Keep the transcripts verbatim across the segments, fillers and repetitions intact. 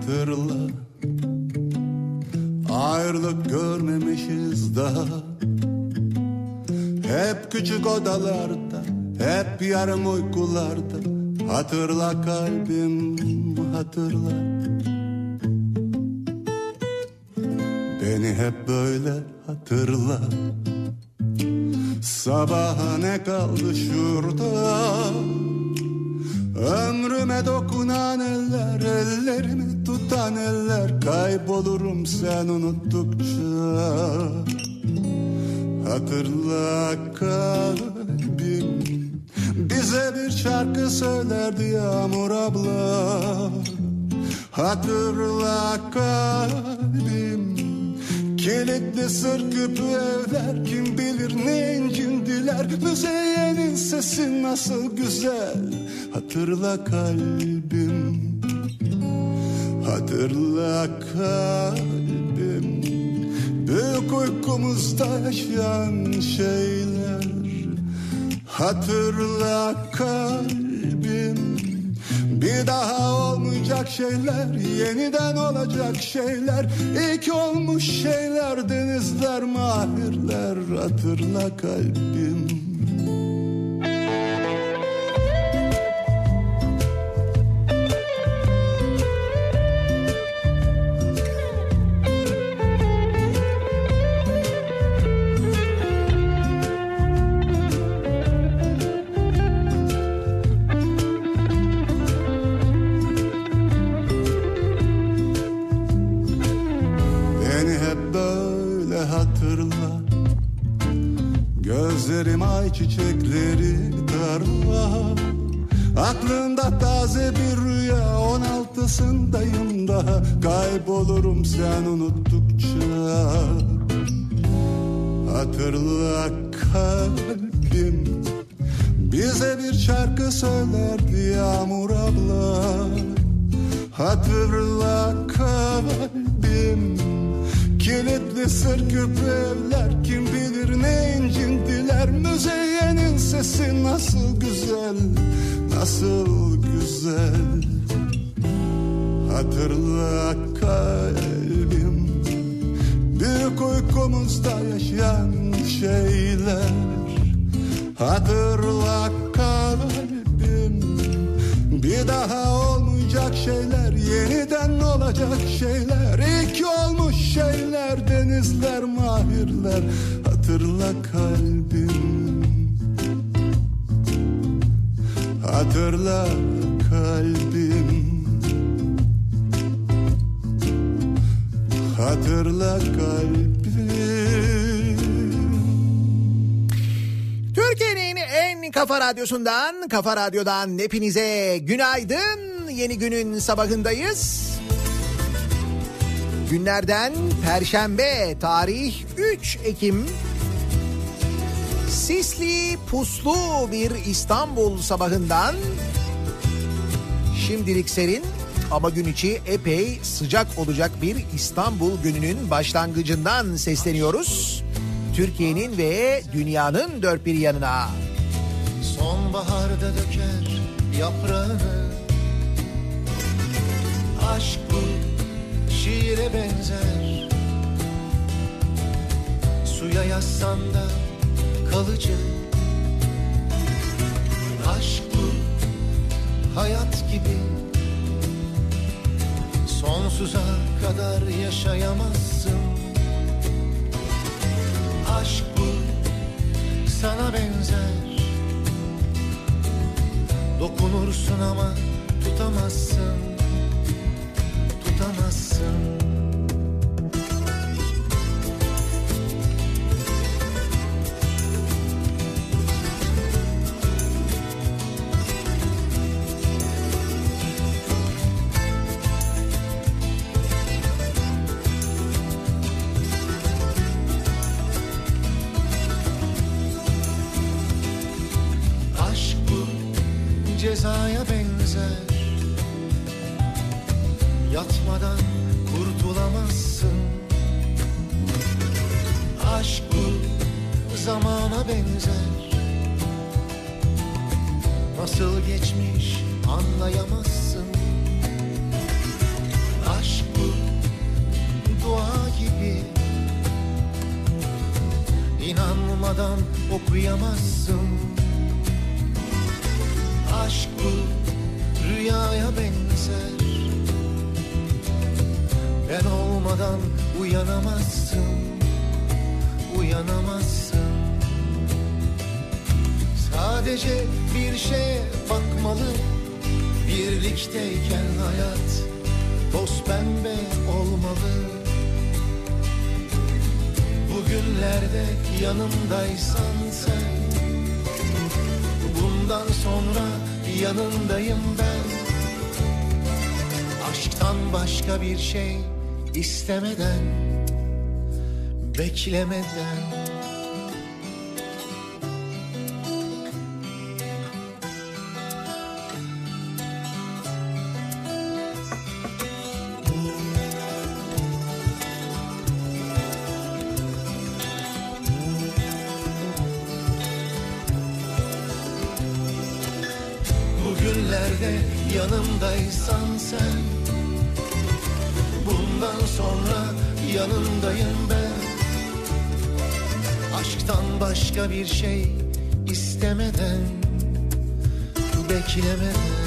hatırla. Ayrılık görmemişiz daha. Hep küçük odalarda, hep yarım uykularda. Hatırla kalbim, hatırla. Beni hep böyle hatırla. Sabaha ne kaldı şurada? Ömrüme dokunan eller, ellerimi tutan eller. Kaybolurum sen unuttukça. Hatırla kalbim, bize bir şarkı söylerdi Yağmur abla. Hatırla kalbim, kilitli sır küpü evler, kim bilir ne incindiler. Müzeyyenin sesi nasıl güzel. Hatırla kalbim, hatırla kalbim, büyük uykumuzda yaşayan şeyler. Hatırla kalbim, bir daha olmayacak şeyler, yeniden olacak şeyler. İlk olmuş şeyler, denizler, mahirler. Hatırla kalbim. Gözlerim ay çiçekleri tarla. Aklımda taze bir rüya, on altısındayım daha. Kaybolurum sen unuttukça. Hatırla kalbim, bize bir şarkı söylerdi Yağmur abla. Hatırla kalbim, kilitli sır küpü evler, kim bilir ne incindiler. Müzeyyenin sesi nasıl güzel, nasıl güzel. Hatırla kalbim, büyük uykumuzda yaşayan şeyler. Hatırla kalbim, bir daha olmayacak şeyler, yeniden olacak şeyler. İlk olmuş şeyler, denizler, mahirler. Hatırla kalbim, hatırla kalbim, hatırla kalbim. Türkiye'nin en kafa radyosundan, Kafa Radyo'dan hepinize günaydın. Yeni günün sabahındayız. Günlerden Perşembe, tarih üç Ekim. Sisli, puslu bir İstanbul sabahından, şimdilik serin ama gün içi epey sıcak olacak bir İstanbul gününün başlangıcından sesleniyoruz. Türkiye'nin ve dünyanın dört bir yanına. Sonbaharda döker yaprağını, aşk bu şiire benzer. Suya yazsan da kalıcı. Aşk bu hayat gibi, sonsuza kadar yaşayamazsın. Aşk bu sana benzer. Dokunursun ama tutamazsın, tutamazsın. Cezaya benzer. Yatmadan kurtulamazsın. Aşk bu zamana benzer. Nasıl geçmiş anlayamazsın. Aşk olmadan okuyamazsın. Aşk bu rüyaya benzer. Ben olmadan uyanamazsın, uyanamazsın. Sadece bir şeye bakmalı, birlikteyken hayat toz pembe olmalı. Bugünlerde yanımdaysan sen, bundan sonra yanındayım ben. Aşktan başka bir şey istemeden, beklemeden. Bugünlerde yanımdaysan sen, bundan sonra yanındayım ben. Aşktan başka bir şey istemeden, beklemeden.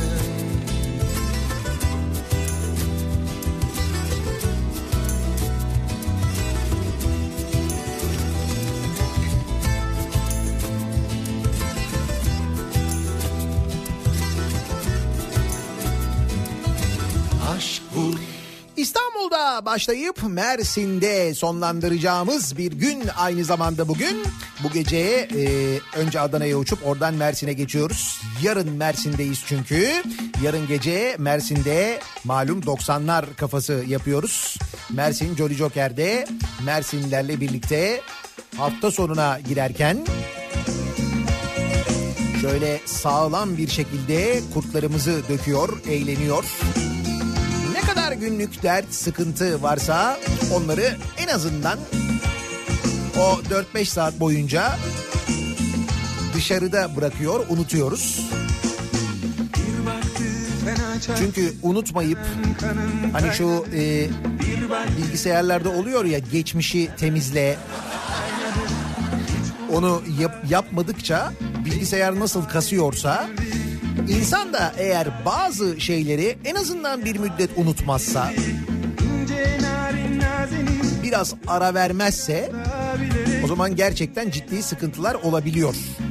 Aşk bu. İstanbul'da başlayıp Mersin'de sonlandıracağımız bir gün aynı zamanda bugün. Bu gece e, önce Adana'ya uçup oradan Mersin'e geçiyoruz. Yarın Mersin'deyiz çünkü. Yarın gece Mersin'de malum doksanlar kafası yapıyoruz. Mersin Jolly Joker'de Mersinlilerle birlikte hafta sonuna girerken şöyle sağlam bir şekilde kurtlarımızı döküyor, eğleniyor. Ne kadar günlük dert, sıkıntı varsa onları en azından o dört beş saat boyunca dışarıda bırakıyor, unutuyoruz. Çünkü unutmayıp hani şu e, bilgisayarlarda oluyor ya, geçmişi temizle, onu yap, yapmadıkça bilgisayar nasıl kasıyorsa, İnsan da eğer bazı şeyleri en azından bir müddet unutmazsa, biraz ara vermezse, o zaman gerçekten ciddi sıkıntılar olabiliyor.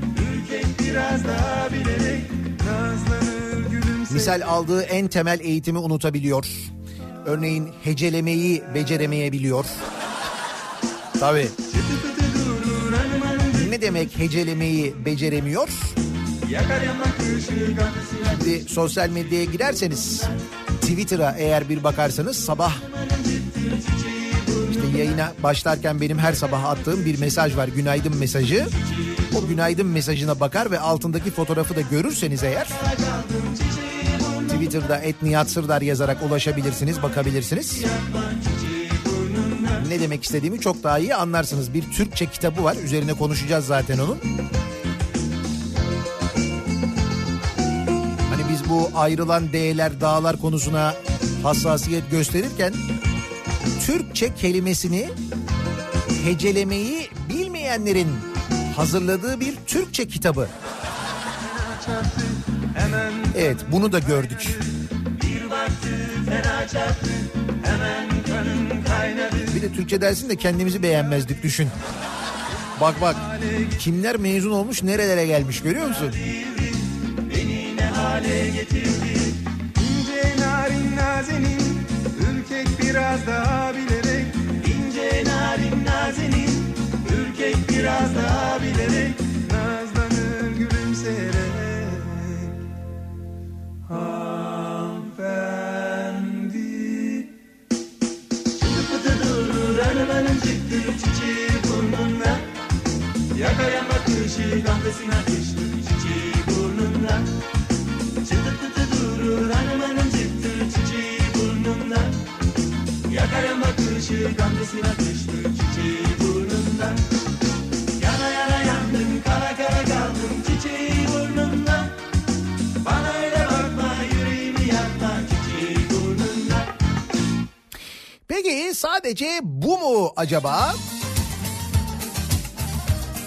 Misal aldığı en temel eğitimi unutabiliyor. Örneğin hecelemeyi beceremeyebiliyor. Tabii. Ne demek hecelemeyi beceremiyor? Şimdi sosyal medyaya girerseniz, Twitter'a eğer bir bakarsanız, sabah işte yayına başlarken benim her sabah attığım bir mesaj var, günaydın mesajı. O günaydın mesajına bakar ve altındaki fotoğrafı da görürseniz eğer, Twitter'da et Nihat Sırdar yazarak ulaşabilirsiniz, bakabilirsiniz. Ne demek istediğimi çok daha iyi anlarsınız. Bir Türkçe kitabı var, üzerine konuşacağız zaten onun. Biz bu ayrılan D'ler, dağlar konusuna hassasiyet gösterirken Türkçe kelimesini hecelemeyi bilmeyenlerin hazırladığı bir Türkçe kitabı. Evet, bunu da gördük. Bir de Türkçe dersinde kendimizi beğenmezdik, düşün. Bak bak, kimler mezun olmuş, nerelere gelmiş, görüyor musun? Hale getirdi. İnce narin nazenin, ürkek biraz daha bilerek. İnce narin nazenin, ürkek biraz daha bilerek. Nazlanır gülümseyerek. Hanımefendi. Çıtı pıtı durur arabanın çıktı çiçeği burnunda. Yakayan bakışı kahvesine ateşli çiçeği burnunda. Çıtı pıtı durur hanımanın çıktı çiçeği burnunda. Yakarım bakışı gamzesine ateşli çiçeği burnunda. Yana yana yandım, kara kara kaldım çiçeği burnunda. Bana öyle bakma, yüreğimi yakma çiçeği burnunda. Peki sadece bu mu acaba?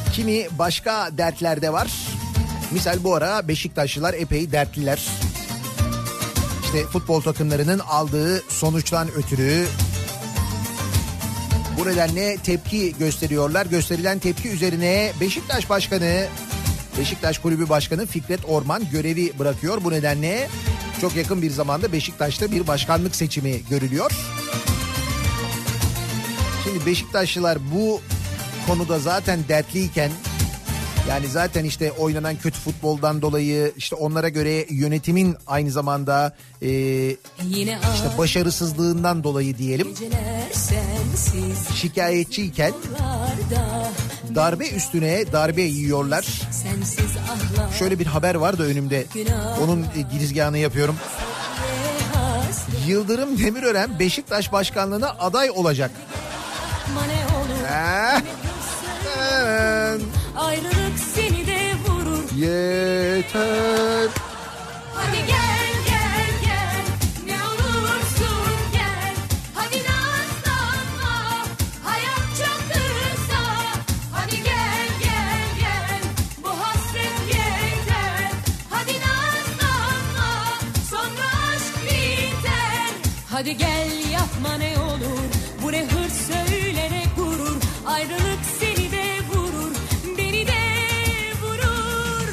Kimi başka dertlerde var. Misal bu ara Beşiktaşlılar epey dertliler. İşte futbol takımlarının aldığı sonuçtan ötürü bu nedenle tepki gösteriyorlar. Gösterilen tepki üzerine Beşiktaş Başkanı, Beşiktaş Kulübü Başkanı Fikret Orman görevi bırakıyor. Bu nedenle çok yakın bir zamanda Beşiktaş'ta bir başkanlık seçimi görülüyor. Şimdi Beşiktaşlılar bu konuda zaten dertliyken, yani zaten işte oynanan kötü futboldan dolayı, işte onlara göre yönetimin aynı zamanda e, işte başarısızlığından dolayı diyelim şikayetçiyken darbe üstüne darbe yiyorlar. Şöyle bir haber var da önümde, onun girizgahını yapıyorum. Yıldırım Demirören Beşiktaş başkanlığına aday olacak. Eh. Ayrılık seni de vurur. Yeter. Hadi gel gel gel, ne olursun gel. Hadi nazlanma, hayat çok kısa. Hadi gel gel gel, bu hasret yeter. Hadi nazlanma, sonra aşk biter. Hadi gel yapma ne olur, bu ne hırs söyle ne gurur. Ayrılık seni de vurur, beni de vurur.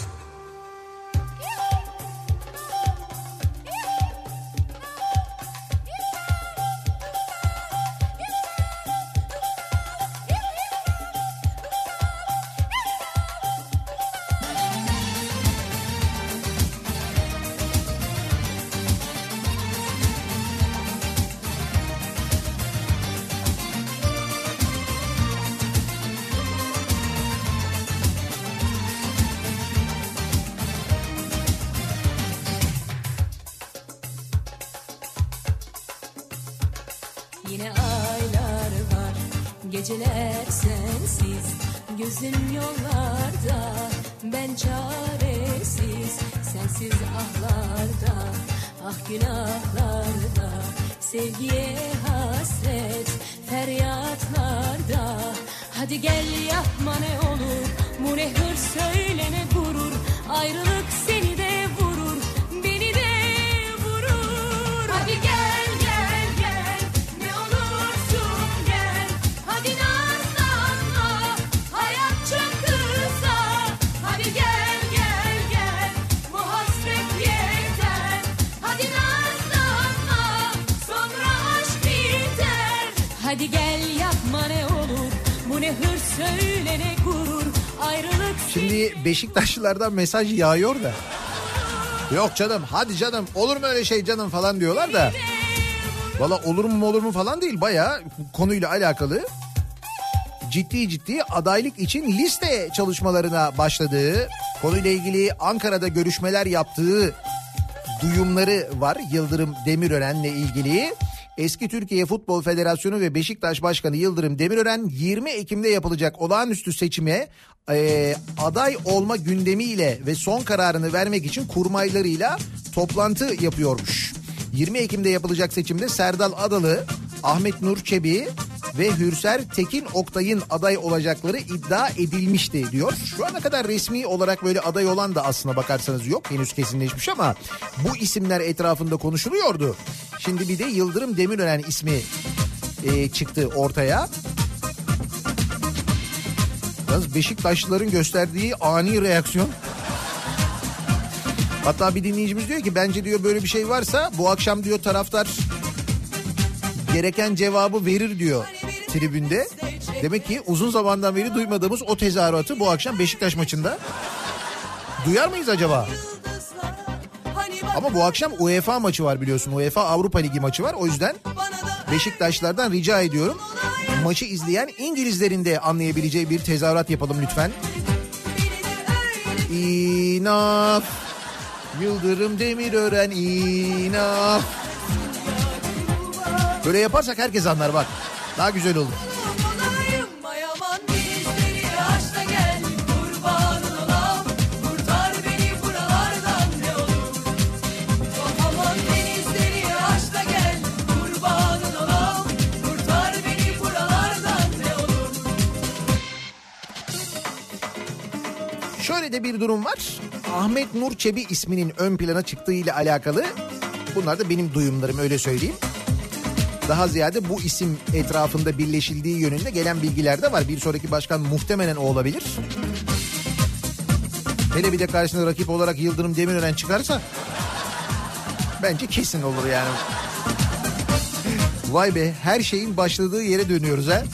Yine aylar var, geceler sensiz. Gözüm yollarda, ben çaresiz. Sensiz ahlarda, ah günahlarda. Sevgiye hasret, feryatlarda. Hadi gel yapma ne olur, bu ne hırs söyle ne gurur. Ayrılık seni de vurur, beni de vurur. Hadi gel gel gel, ne olursun gel. Hadi nazlanma, hayat çok kısa. Hadi gel gel gel, bu hasret yeter. Hadi nazlanma, sonra aşk biter. Hadi gel yapma ne olur, bu ne hırs söyle ne gurur. Ayrılık Şimdi Beşiktaşlılardan mesaj yağıyor da. Yok canım, hadi canım, olur mu öyle şey canım falan diyorlar da. Valla olur mu olur mu falan değil, bayağı konuyla alakalı ciddi ciddi adaylık için liste çalışmalarına başladığı, konuyla ilgili Ankara'da görüşmeler yaptığı duyumları var Yıldırım Demirören'le ilgili. Eski Türkiye Futbol Federasyonu ve Beşiktaş Başkanı Yıldırım Demirören yirmi Ekim'de yapılacak olağanüstü seçime e, aday olma gündemiyle ve son kararını vermek için kurmaylarıyla toplantı yapıyormuş. yirmi Ekim'de yapılacak seçimde Serdal Adalı, Ahmet Nur Çebi ve Hürser Tekin Oktay'ın aday olacakları iddia edilmişti diyor. Şu ana kadar resmi olarak böyle aday olan da aslına bakarsanız yok, henüz kesinleşmiş, ama bu isimler etrafında konuşuluyordu. Şimdi bir de Yıldırım Demirören ismi e, çıktı ortaya. Yalnız Beşiktaşlıların gösterdiği ani reaksiyon. Hatta bir dinleyicimiz diyor ki bence diyor böyle bir şey varsa bu akşam diyor taraftar gereken cevabı verir diyor tribünde. Demek ki uzun zamandan beri duymadığımız o tezahüratı bu akşam Beşiktaş maçında duyar mıyız acaba? Ama bu akşam UEFA maçı var biliyorsun. UEFA Avrupa Ligi maçı var. O yüzden Beşiktaşlardan rica ediyorum, maçı izleyen İngilizlerin de anlayabileceği bir tezahürat yapalım lütfen. Enough. Yıldırım Demirören enough. Böyle yaparsak herkes anlar bak. Daha güzel olur. Şöyle de bir durum var. Ahmet Nur Çebi isminin ön plana çıktığı ile alakalı, bunlar da benim duyumlarım, öyle söyleyeyim. Daha ziyade bu isim etrafında birleşildiği yönünde gelen bilgiler de var. Bir sonraki başkan muhtemelen o olabilir. Hele bir de karşısında rakip olarak Yıldırım Demirören çıkarsa bence kesin olur yani. Vay be, her şeyin başladığı yere dönüyoruz ha.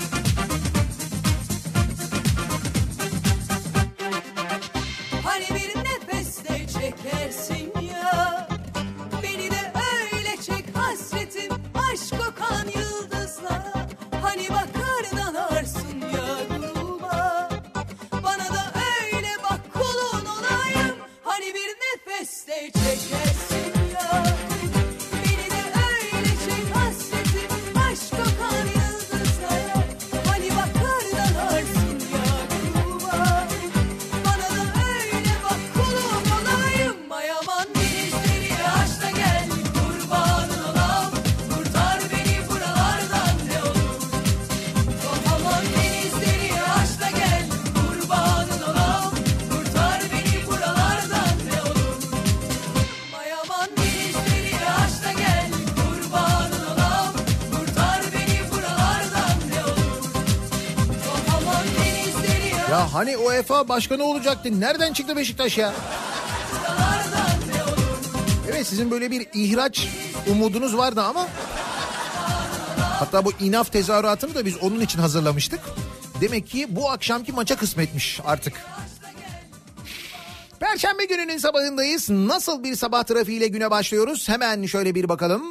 Hani bir nefeste çekersin ya, beni de öyle çek hasretim, aşk kokan yıldızlara. Hani bakar dalarsın ya gruba, bana da öyle bak kulun olayım. Hani bir nefeste çekersin ya, beni de öyle çek hasretim, aşk kokan yıldızlara. Hani bakar dalarsın ya gruba, bana da öyle bak kulun olayım. Ay aman denizleri aç da gel, kurbanın olam, kurtar beni buralardan ne olur. Oh aman denizleri aç da gel, kurbanın olam, kurtar beni buralardan ne olur. Ay aman denizleri aç da gel, kurbanın olam, kurtar beni buralardan ne olur. Oh aman denizleri aç Ya hani UEFA başkanı olacaktı, nereden çıktı Beşiktaş ya? buralardan ne olur. Evet, sizin böyle bir ihraç umudunuz vardı ama hatta bu inaf tezahüratını da biz onun için hazırlamıştık. Demek ki bu akşamki maça kısmetmiş artık. Perşembe gününün sabahındayız. Nasıl bir sabah trafiğiyle güne başlıyoruz? Hemen şöyle bir bakalım.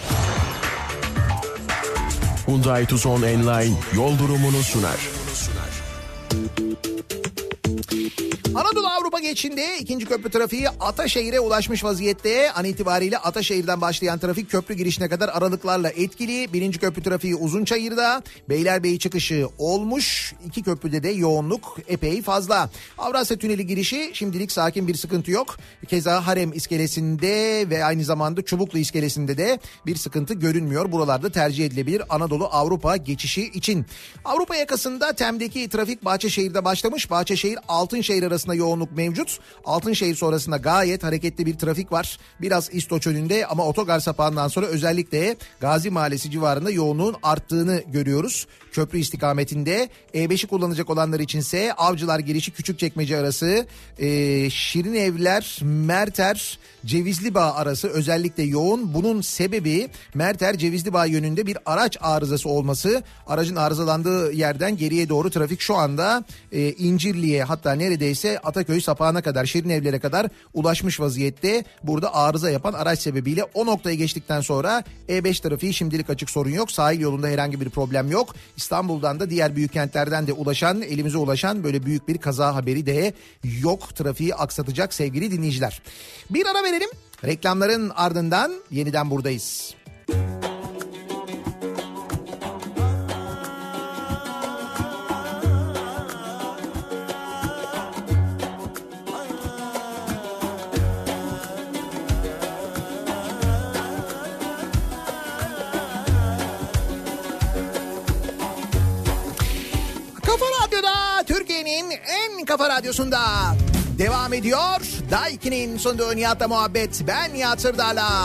Hyundai Tucson Enline yol durumunu sunar. Anadolu Avrupa geçişinde ikinci köprü trafiği Ataşehir'e ulaşmış vaziyette. An itibariyle Ataşehir'den başlayan trafik köprü girişine kadar aralıklarla etkili. Birinci köprü trafiği Uzunçayır'da, Beylerbeyi çıkışı olmuş. İki köprüde de yoğunluk epey fazla. Avrasya Tüneli girişi şimdilik sakin, bir sıkıntı yok. Keza Harem iskelesinde ve aynı zamanda Çubuklu iskelesinde de bir sıkıntı görünmüyor. Buralarda tercih edilebilir Anadolu Avrupa geçişi için. Avrupa yakasında Tem'deki trafik Bahçeşehir'de başlamış. Bahçeşehir Altınşehir arasında yoğunluk mevcut. Altınşehir sonrasında gayet hareketli bir trafik var. Biraz İstoç önünde ama otogar sapağından sonra özellikle Gazi Mahallesi civarında yoğunluğun arttığını görüyoruz. Köprü istikametinde E beşi kullanacak olanlar içinse Avcılar girişi Küçükçekmece arası, e, Şirinevler, Merter, Cevizlibağ arası özellikle yoğun. Bunun sebebi Merter Cevizlibağ yönünde bir araç arızası olması. Aracın arızalandığı yerden geriye doğru trafik şu anda e, İncirli'ye, hatta neredeyse Ataköy sapağına kadar, Şirinevlere kadar ulaşmış vaziyette. Burada arıza yapan araç sebebiyle o noktayı geçtikten sonra E beş trafiği şimdilik açık, sorun yok. Sahil yolunda herhangi bir problem yok. İstanbul'dan da diğer büyük kentlerden de ulaşan, elimize ulaşan böyle büyük bir kaza haberi de yok. Trafiği aksatacak sevgili dinleyiciler. Bir ara verelim. Reklamların ardından yeniden buradayız. Kafa Radyo'da, Türkiye'nin en kafa radyosunda devam ediyor. Daiki'nin sunduğu Nihat'la muhabbet. Ben Nihat Sırdar'la.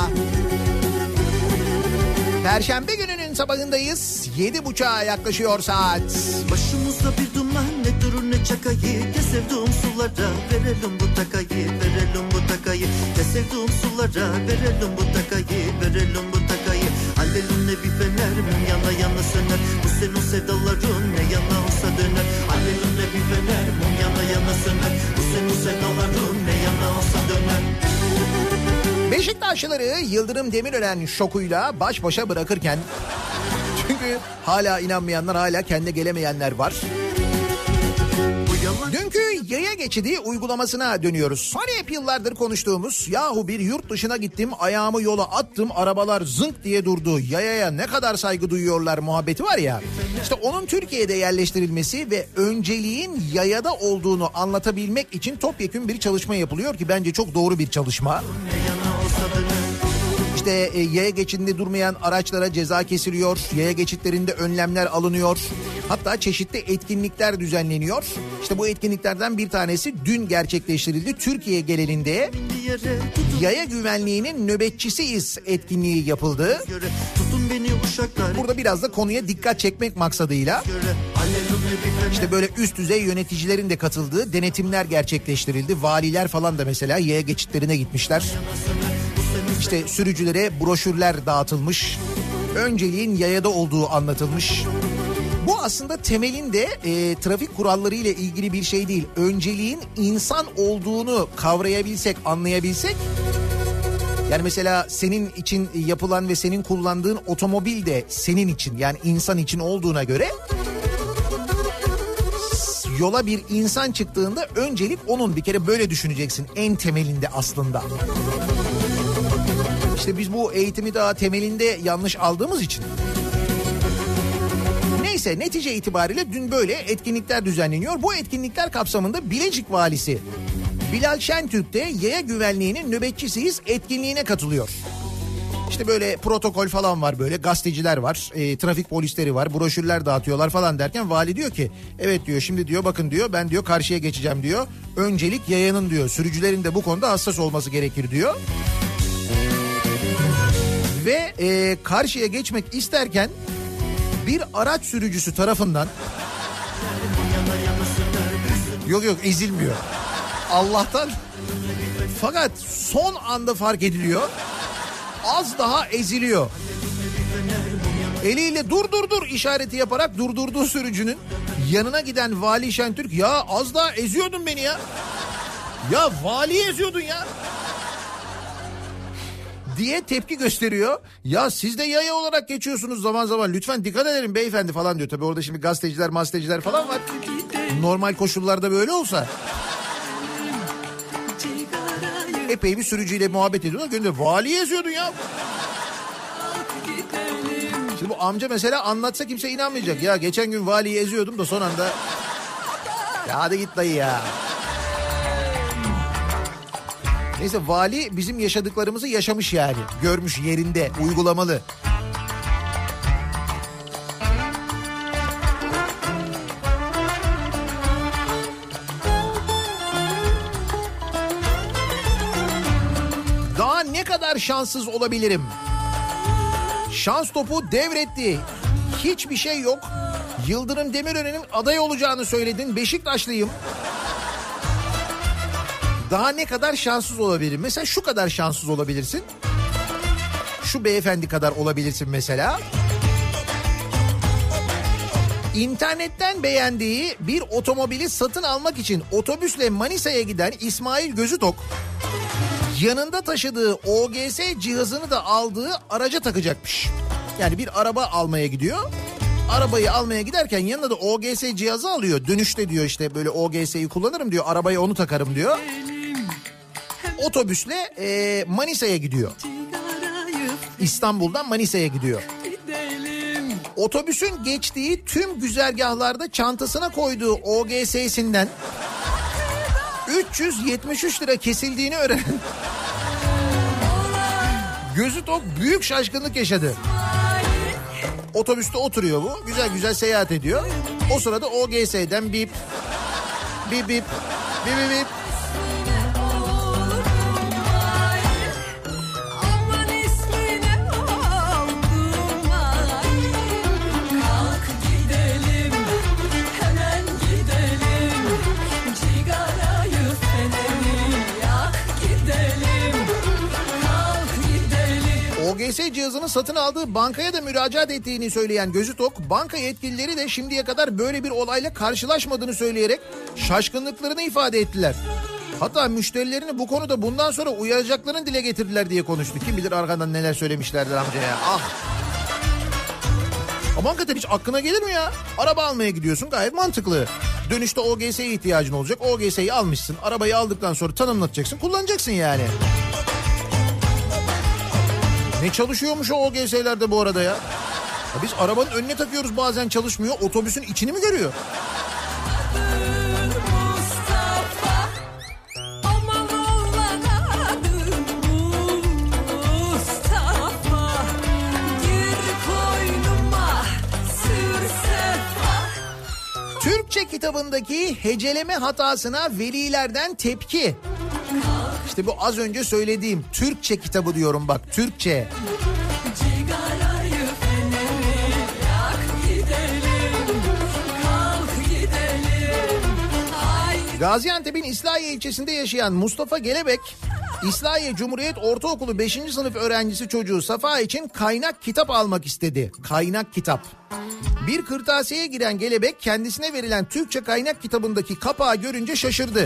Perşembe gününün sabahındayız. Yedi buçuğa yaklaşıyor saat. Başımızda bir duman, ne durur ne çakayı. Ne sevduğum sulara verelim bu takayı, verelim bu takayı. Ne sevduğum sulara verelim bu takayı, verelim bu takayı. Alelum ne bir fener, mum yana yana söner. Bu senin sevdaların ne yana olsa döner. Alelum ne bir fener, mum yana yana söner. Bu senin sevdaların ne yana olsa döner. Beşiktaşlıları Yıldırım Demirören şokuyla baş başa bırakırken, çünkü hala inanmayanlar, hala kendine gelemeyenler var. Dünkü yaya geçidi uygulamasına dönüyoruz. Hani hep yıllardır konuştuğumuz, yahu bir yurt dışına gittim, ayağımı yola attım, arabalar zınk diye durdu, yayaya ne kadar saygı duyuyorlar muhabbeti var ya. İşte onun Türkiye'de yerleştirilmesi ve önceliğin yayada olduğunu anlatabilmek için topyekün bir çalışma yapılıyor ki bence çok doğru bir çalışma. İşte e, yaya geçidinde durmayan araçlara ceza kesiliyor, yaya geçitlerinde önlemler alınıyor. Hatta çeşitli etkinlikler düzenleniyor. İşte bu etkinliklerden bir tanesi dün gerçekleştirildi. Türkiye genelinde yaya güvenliğinin nöbetçisiyiz etkinliği yapıldı. Burada biraz da konuya dikkat çekmek maksadıyla işte böyle üst düzey yöneticilerin de katıldığı denetimler gerçekleştirildi. Valiler falan da mesela yaya geçitlerine gitmişler. İşte sürücülere broşürler dağıtılmış. Önceliğin yayada olduğu anlatılmış. Bu aslında temelinde e, trafik kuralları ile ilgili bir şey değil. Önceliğin insan olduğunu kavrayabilsek, anlayabilsek. Yani mesela senin için yapılan ve senin kullandığın otomobil de senin için, yani insan için olduğuna göre yola bir insan çıktığında öncelik onun, bir kere böyle düşüneceksin en temelinde aslında. İşte biz bu eğitimi daha temelinde yanlış aldığımız için. Neyse, netice itibariyle dün böyle etkinlikler düzenleniyor. Bu etkinlikler kapsamında Bilecik Valisi Bilal Şentürk de yaya güvenliğinin nöbetçisiyiz etkinliğine katılıyor. İşte böyle protokol falan var, böyle gazeteciler var, e, trafik polisleri var, broşürler dağıtıyorlar falan derken vali diyor ki evet diyor, şimdi diyor bakın diyor, ben diyor karşıya geçeceğim diyor. Öncelik yayanın diyor, sürücülerin de bu konuda hassas olması gerekir diyor. Ve e, karşıya geçmek isterken bir araç sürücüsü tarafından yok yok ezilmiyor Allah'tan, fakat son anda fark ediliyor, az daha eziliyor. Eliyle dur dur dur işareti yaparak durdurduğu sürücünün yanına giden Vali Şentürk, ya az daha eziyordun beni ya, ya valiyi eziyordun ya diye tepki gösteriyor. Ya siz de yaya olarak geçiyorsunuz zaman zaman, lütfen dikkat edelim beyefendi falan diyor. Tabii orada şimdi gazeteciler gazeteciler falan var. Normal koşullarda böyle olsa epey bir sürücüyle muhabbet ediyorlar. Gönder, valiyi eziyordun ya. Şimdi bu amca mesela anlatsa kimse inanmayacak. Ya geçen gün valiyi eziyordum da son anda. Ya hadi git dayı ya. Neyse, vali bizim yaşadıklarımızı yaşamış yani. Görmüş, yerinde, uygulamalı. Daha ne kadar şanssız olabilirim? Şans topu devretti. Hiçbir şey yok. Yıldırım Demirören'in aday olacağını söyledin. Beşiktaşlıyım. Daha ne kadar şanssız olabilirim? Mesela şu kadar şanssız olabilirsin. Şu beyefendi kadar olabilirsin mesela. İnternetten beğendiği bir otomobili satın almak için otobüsle Manisa'ya giden İsmail Gözütok, yanında taşıdığı O G S cihazını da aldığı araca takacakmış. Yani bir araba almaya gidiyor. Arabayı almaya giderken yanına da O G S cihazı alıyor. Dönüşte diyor işte böyle O G S'yi kullanırım diyor. Arabaya onu takarım diyor. Otobüsle e, Manisa'ya gidiyor. İstanbul'dan Manisa'ya gidiyor. Otobüsün geçtiği tüm güzergahlarda çantasına koyduğu O G S'sinden üç yüz yetmiş üç lira kesildiğini öğrenen Gözütok büyük şaşkınlık yaşadı. Otobüste oturuyor bu. Güzel güzel seyahat ediyor. O sırada O G S'den bip bip bip bip bip bip. O G S cihazını satın aldığı bankaya da müracaat ettiğini söyleyen Gözütok, banka yetkilileri de şimdiye kadar böyle bir olayla karşılaşmadığını söyleyerek şaşkınlıklarını ifade ettiler. Hatta müşterilerini bu konuda bundan sonra uyaracaklarını dile getirdiler diye konuştu. Kim bilir arkadan neler söylemişlerdir amcaya. Ah! Ama hakikaten hiç aklına gelir mi ya? Araba almaya gidiyorsun, gayet mantıklı. Dönüşte O G S'ye ihtiyacın olacak. O G S'yi almışsın. Arabayı aldıktan sonra tanımlatacaksın, kullanacaksın yani. Ne çalışıyormuş o O G S'lerde bu arada ya? Ya biz arabanın önüne takıyoruz, bazen çalışmıyor. Otobüsün içini mi görüyor? kitabındaki heceleme hatasına velilerden tepki. İşte bu az önce söylediğim Türkçe kitabı diyorum bak, Türkçe. Gaziantep'in İslahiye ilçesinde yaşayan Mustafa Gelebek, İslahiye Cumhuriyet Ortaokulu beşinci sınıf öğrencisi çocuğu Safa için kaynak kitap almak istedi. Kaynak kitap. Bir kırtasiyeye giren Gelebek kendisine verilen Türkçe kaynak kitabındaki kapağı görünce şaşırdı.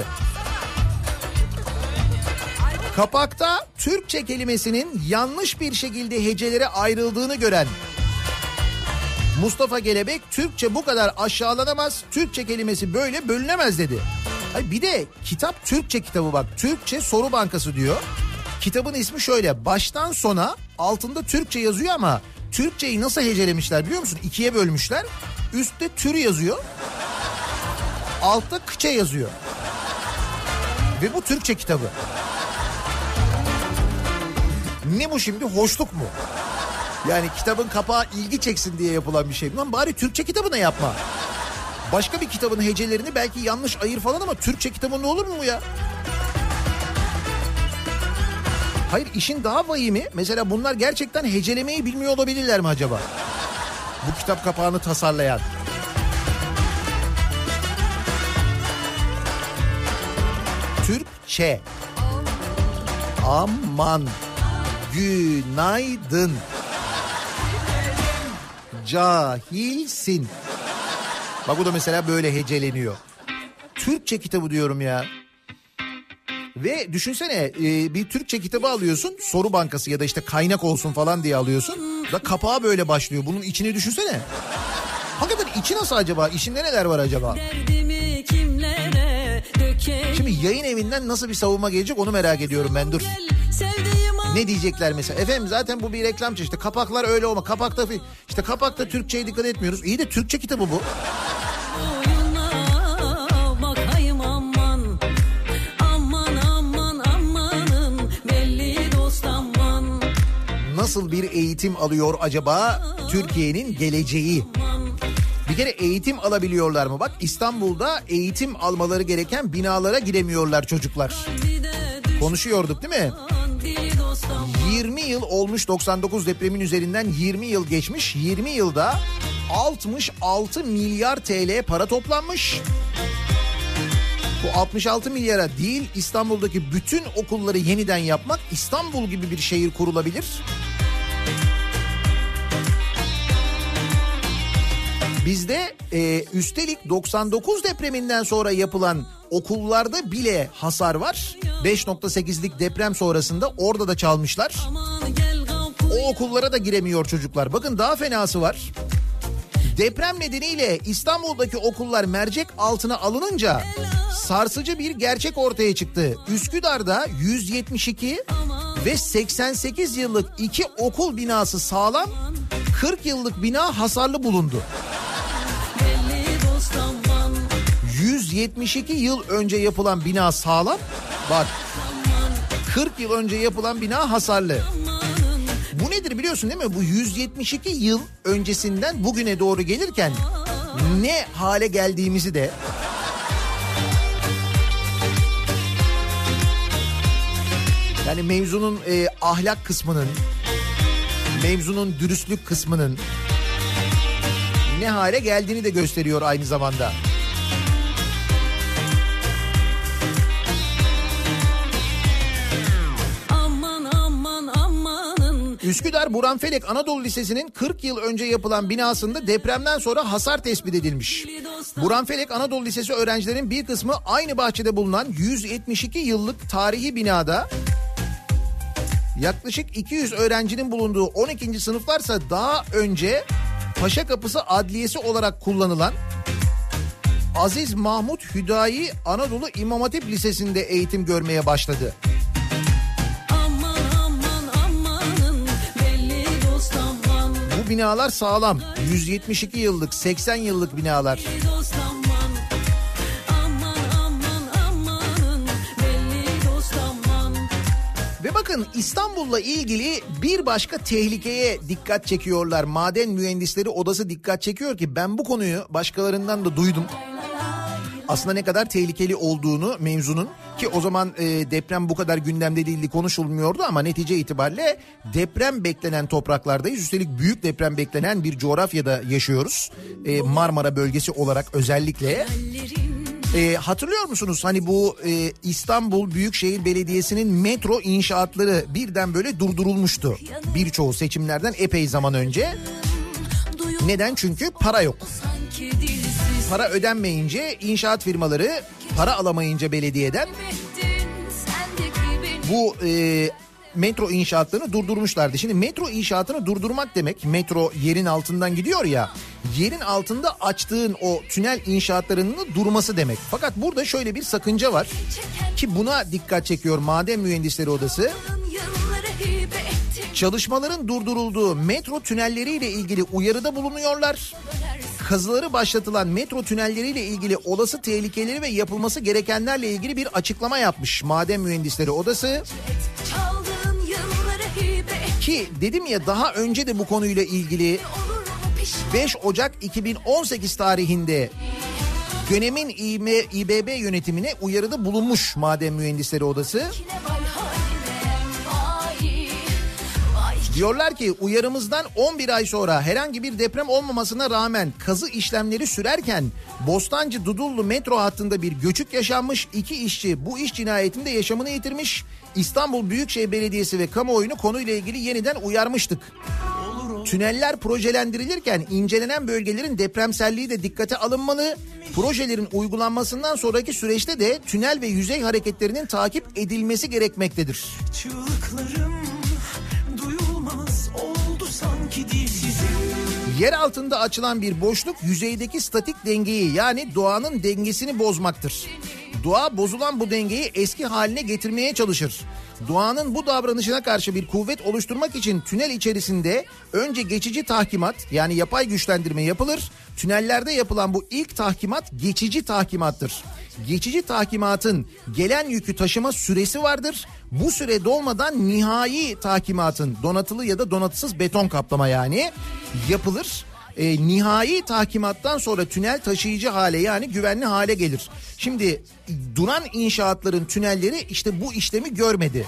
Kapakta Türkçe kelimesinin yanlış bir şekilde hecelere ayrıldığını gören Mustafa Gelebek, Türkçe bu kadar aşağılanamaz, Türkçe kelimesi böyle bölünemez dedi. Ay bir de kitap Türkçe kitabı bak, Türkçe soru bankası diyor. Kitabın ismi şöyle, baştan sona altında Türkçe yazıyor ama Türkçeyi nasıl hecelemişler biliyor musun? İkiye bölmüşler, üstte tür yazıyor, altta kıçe yazıyor. Ve bu Türkçe kitabı. Ne bu şimdi, hoşluk mu? Yani kitabın kapağı ilgi çeksin diye yapılan bir şey. Lan bari Türkçe kitabına yapma. Başka bir kitabın hecelerini belki yanlış ayır falan ama Türkçe kitabında olur mu bu ya? Hayır, işin daha vahimi, mesela bunlar gerçekten hecelemeyi bilmiyor olabilirler mi acaba? Bu kitap kapağını tasarlayan. Türkçe. Aman. Günaydın. Cahilsin. Bak bu da mesela böyle heceleniyor. Türkçe kitabı diyorum ya. Ve düşünsene bir Türkçe kitabı alıyorsun, soru bankası ya da işte kaynak olsun falan diye alıyorsun. Da kapağı böyle başlıyor. Bunun içini düşünsene. Hakikaten içi nasıl acaba? İçinde neler var acaba? Şimdi yayın evinden nasıl bir savunma gelecek onu merak ediyorum ben, dur. Ne diyecekler mesela? Efendim zaten bu bir reklam çeşidi. İşte kapaklar öyle olma. Kapakta işte kapakta Türkçe'ye dikkat etmiyoruz. İyi de Türkçe kitabı bu. Nasıl bir eğitim alıyor acaba Türkiye'nin geleceği? Bir kere eğitim alabiliyorlar mı? Bak İstanbul'da eğitim almaları gereken binalara giremiyorlar çocuklar. Konuşuyorduk değil mi? yirmi yıl olmuş, doksan dokuz depremin üzerinden yirmi yıl geçmiş. yirmi yılda altmış altı milyar T L para toplanmış. Bu altmış altı milyara değil, İstanbul'daki bütün okulları yeniden yapmak, İstanbul gibi bir şehir kurulabilir. Bizde e, üstelik doksan dokuz depreminden sonra yapılan okullarda bile hasar var. beş nokta sekizlik deprem sonrasında orada da çalmışlar. O okullara da giremiyor çocuklar. Bakın daha fenası var. Deprem nedeniyle İstanbul'daki okullar mercek altına alınınca sarsıcı bir gerçek ortaya çıktı. Üsküdar'da yüz yetmiş iki ve seksen sekiz yıllık iki okul binası sağlam, kırk yıllık bina hasarlı bulundu. yüz yetmiş iki yıl önce yapılan bina sağlam, bak kırk yıl önce yapılan bina hasarlı. Bu nedir biliyorsun değil mi? Bu yüz yetmiş iki yıl öncesinden bugüne doğru gelirken ne hale geldiğimizi de yani mevzunun e, ahlak kısmının, mevzunun dürüstlük kısmının ne hale geldiğini de gösteriyor aynı zamanda. Üsküdar Buranfelek Anadolu Lisesi'nin kırk yıl önce yapılan binasında depremden sonra hasar tespit edilmiş. Buranfelek Anadolu Lisesi öğrencilerin bir kısmı aynı bahçede bulunan yüz yetmiş iki yıllık tarihi binada, yaklaşık iki yüz öğrencinin bulunduğu on ikinci sınıflarsa daha önce Paşakapısı Adliyesi olarak kullanılan Aziz Mahmut Hüdayi Anadolu İmam Hatip Lisesi'nde eğitim görmeye başladı. Bu binalar sağlam. yüz yetmiş iki yıllık, seksen yıllık binalar. Ve bakın İstanbul'la ilgili bir başka tehlikeye dikkat çekiyorlar. Maden Mühendisleri Odası dikkat çekiyor ki ben bu konuyu başkalarından da duydum. aslında ne kadar tehlikeli olduğunu mevzunun, ki o zaman e, deprem bu kadar gündemde değildi, konuşulmuyordu ama netice itibariyle deprem beklenen topraklardayız. Üstelik büyük deprem beklenen bir coğrafyada yaşıyoruz. E, Marmara bölgesi olarak özellikle. E, hatırlıyor musunuz hani bu e, İstanbul Büyükşehir Belediyesi'nin metro inşaatları birden böyle durdurulmuştu. Birçoğu seçimlerden epey zaman önce. Neden? Çünkü para yok. Para ödenmeyince inşaat firmaları para alamayınca belediyeden bu e, metro inşaatlarını durdurmuşlardı. Şimdi metro inşaatını durdurmak demek, metro yerin altından gidiyor ya, yerin altında açtığın o tünel inşaatlarının durması demek. Fakat burada şöyle bir sakınca var ki buna dikkat çekiyor Maden Mühendisleri Odası. Çalışmaların durdurulduğu metro tünelleriyle ilgili uyarıda bulunuyorlar. Kazıları başlatılan metro tünelleriyle ilgili olası tehlikeleri ve yapılması gerekenlerle ilgili bir açıklama yapmış Maden Mühendisleri Odası. Ki dedim ya, daha önce de bu konuyla ilgili beş Ocak iki bin on sekiz tarihinde dönemin İ B B yönetimine uyarıda bulunmuş Maden Mühendisleri Odası. Diyorlar ki uyarımızdan on bir ay sonra herhangi bir deprem olmamasına rağmen kazı işlemleri sürerken Bostancı Dudullu metro hattında bir göçük yaşanmış. İki işçi bu iş cinayetinde yaşamını yitirmiş. İstanbul Büyükşehir Belediyesi ve kamuoyunu konuyla ilgili yeniden uyarmıştık. Tüneller projelendirilirken incelenen bölgelerin depremselliği de dikkate alınmalı. Projelerin uygulanmasından sonraki süreçte de tünel ve yüzey hareketlerinin takip edilmesi gerekmektedir. Çığlıklarım duyulmaz oldu sanki dilsizim. Yer altında açılan bir boşluk yüzeydeki statik dengeyi, yani doğanın dengesini bozmaktır. Doğa bozulan bu dengeyi eski haline getirmeye çalışır. Doğanın bu davranışına karşı bir kuvvet oluşturmak için tünel içerisinde önce geçici tahkimat, yani yapay güçlendirme yapılır. Tünellerde yapılan bu ilk tahkimat geçici tahkimattır. Geçici tahkimatın gelen yükü taşıma süresi vardır. Bu süre dolmadan nihai tahkimatın, donatılı ya da donatısız beton kaplama yani, yapılır. E, nihai tahkimattan sonra tünel taşıyıcı hale, yani güvenli hale gelir. Şimdi duran inşaatların tünelleri işte bu işlemi görmedi.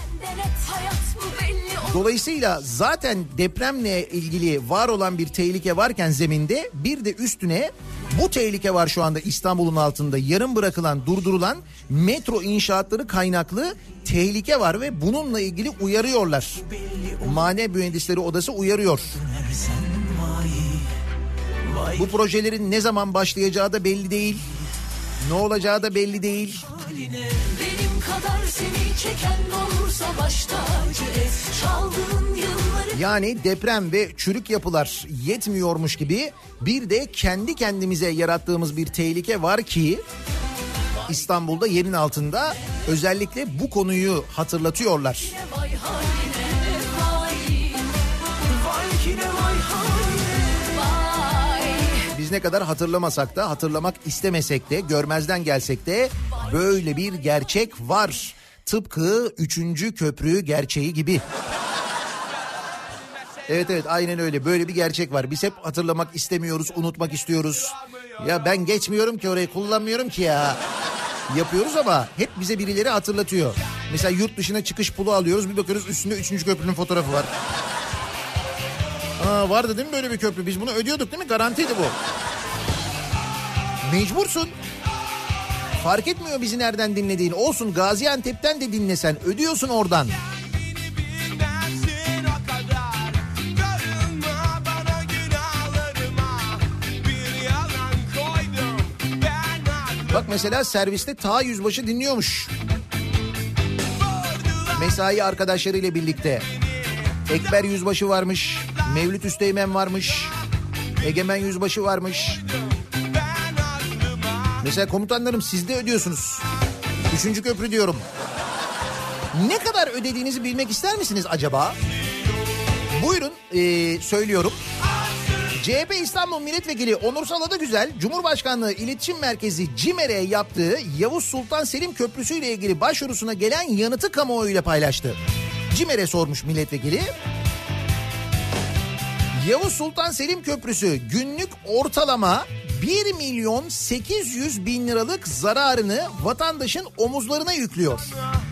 Dolayısıyla zaten depremle ilgili var olan bir tehlike varken zeminde, bir de üstüne bu tehlike var şu anda İstanbul'un altında, yarım bırakılan, durdurulan metro inşaatları kaynaklı tehlike var ve bununla ilgili uyarıyorlar. Maden Mühendisleri Odası uyarıyor. Bu projelerin ne zaman başlayacağı da belli değil. Ne olacağı da belli değil. Benim kadar seni çeken olursa baş tacı et, çaldığın yılları. Yani deprem ve çürük yapılar yetmiyormuş gibi bir de kendi kendimize yarattığımız bir tehlike var ki İstanbul'da yerin altında, özellikle bu konuyu hatırlatıyorlar. Biz ne kadar hatırlamasak da, hatırlamak istemesek de, görmezden gelsek de böyle bir gerçek var. Tıpkı üçüncü köprü gerçeği gibi. Evet evet, aynen öyle, böyle bir gerçek var. Biz hep hatırlamak istemiyoruz, unutmak istiyoruz. Ya ben geçmiyorum ki orayı, kullanmıyorum ki ya. Yapıyoruz ama hep bize birileri hatırlatıyor. Mesela yurt dışına çıkış pulu alıyoruz, bir bakıyoruz üstünde üçüncü köprünün fotoğrafı var. Aa, vardı değil mi böyle bir köprü? Biz bunu ödüyorduk değil mi? Garantiydi bu. Mecbursun. Fark etmiyor bizi nereden dinlediğin. Olsun, Gaziantep'ten de dinlesen ödüyorsun oradan. Bak mesela serviste Ta Yüzbaşı dinliyormuş. Mesai arkadaşlarıyla birlikte. Ekber Yüzbaşı varmış. Mevlüt Üsteğmen varmış. Egemen Yüzbaşı varmış. Mesela komutanlarım, siz de ödüyorsunuz. Üçüncü köprü diyorum. Ne kadar ödediğinizi bilmek ister misiniz acaba? Buyurun, ee, söylüyorum. C H P İstanbul Milletvekili Onursal Adagüzel, Cumhurbaşkanlığı İletişim Merkezi CİMER'e yaptığı Yavuz Sultan Selim Köprüsü ile ilgili başvurusuna gelen yanıtı kamuoyuyla paylaştı. CİMER'e sormuş milletvekili. Yavuz Sultan Selim Köprüsü günlük ortalama bir milyon sekiz yüz bin liralık zararını vatandaşın omuzlarına yüklüyor.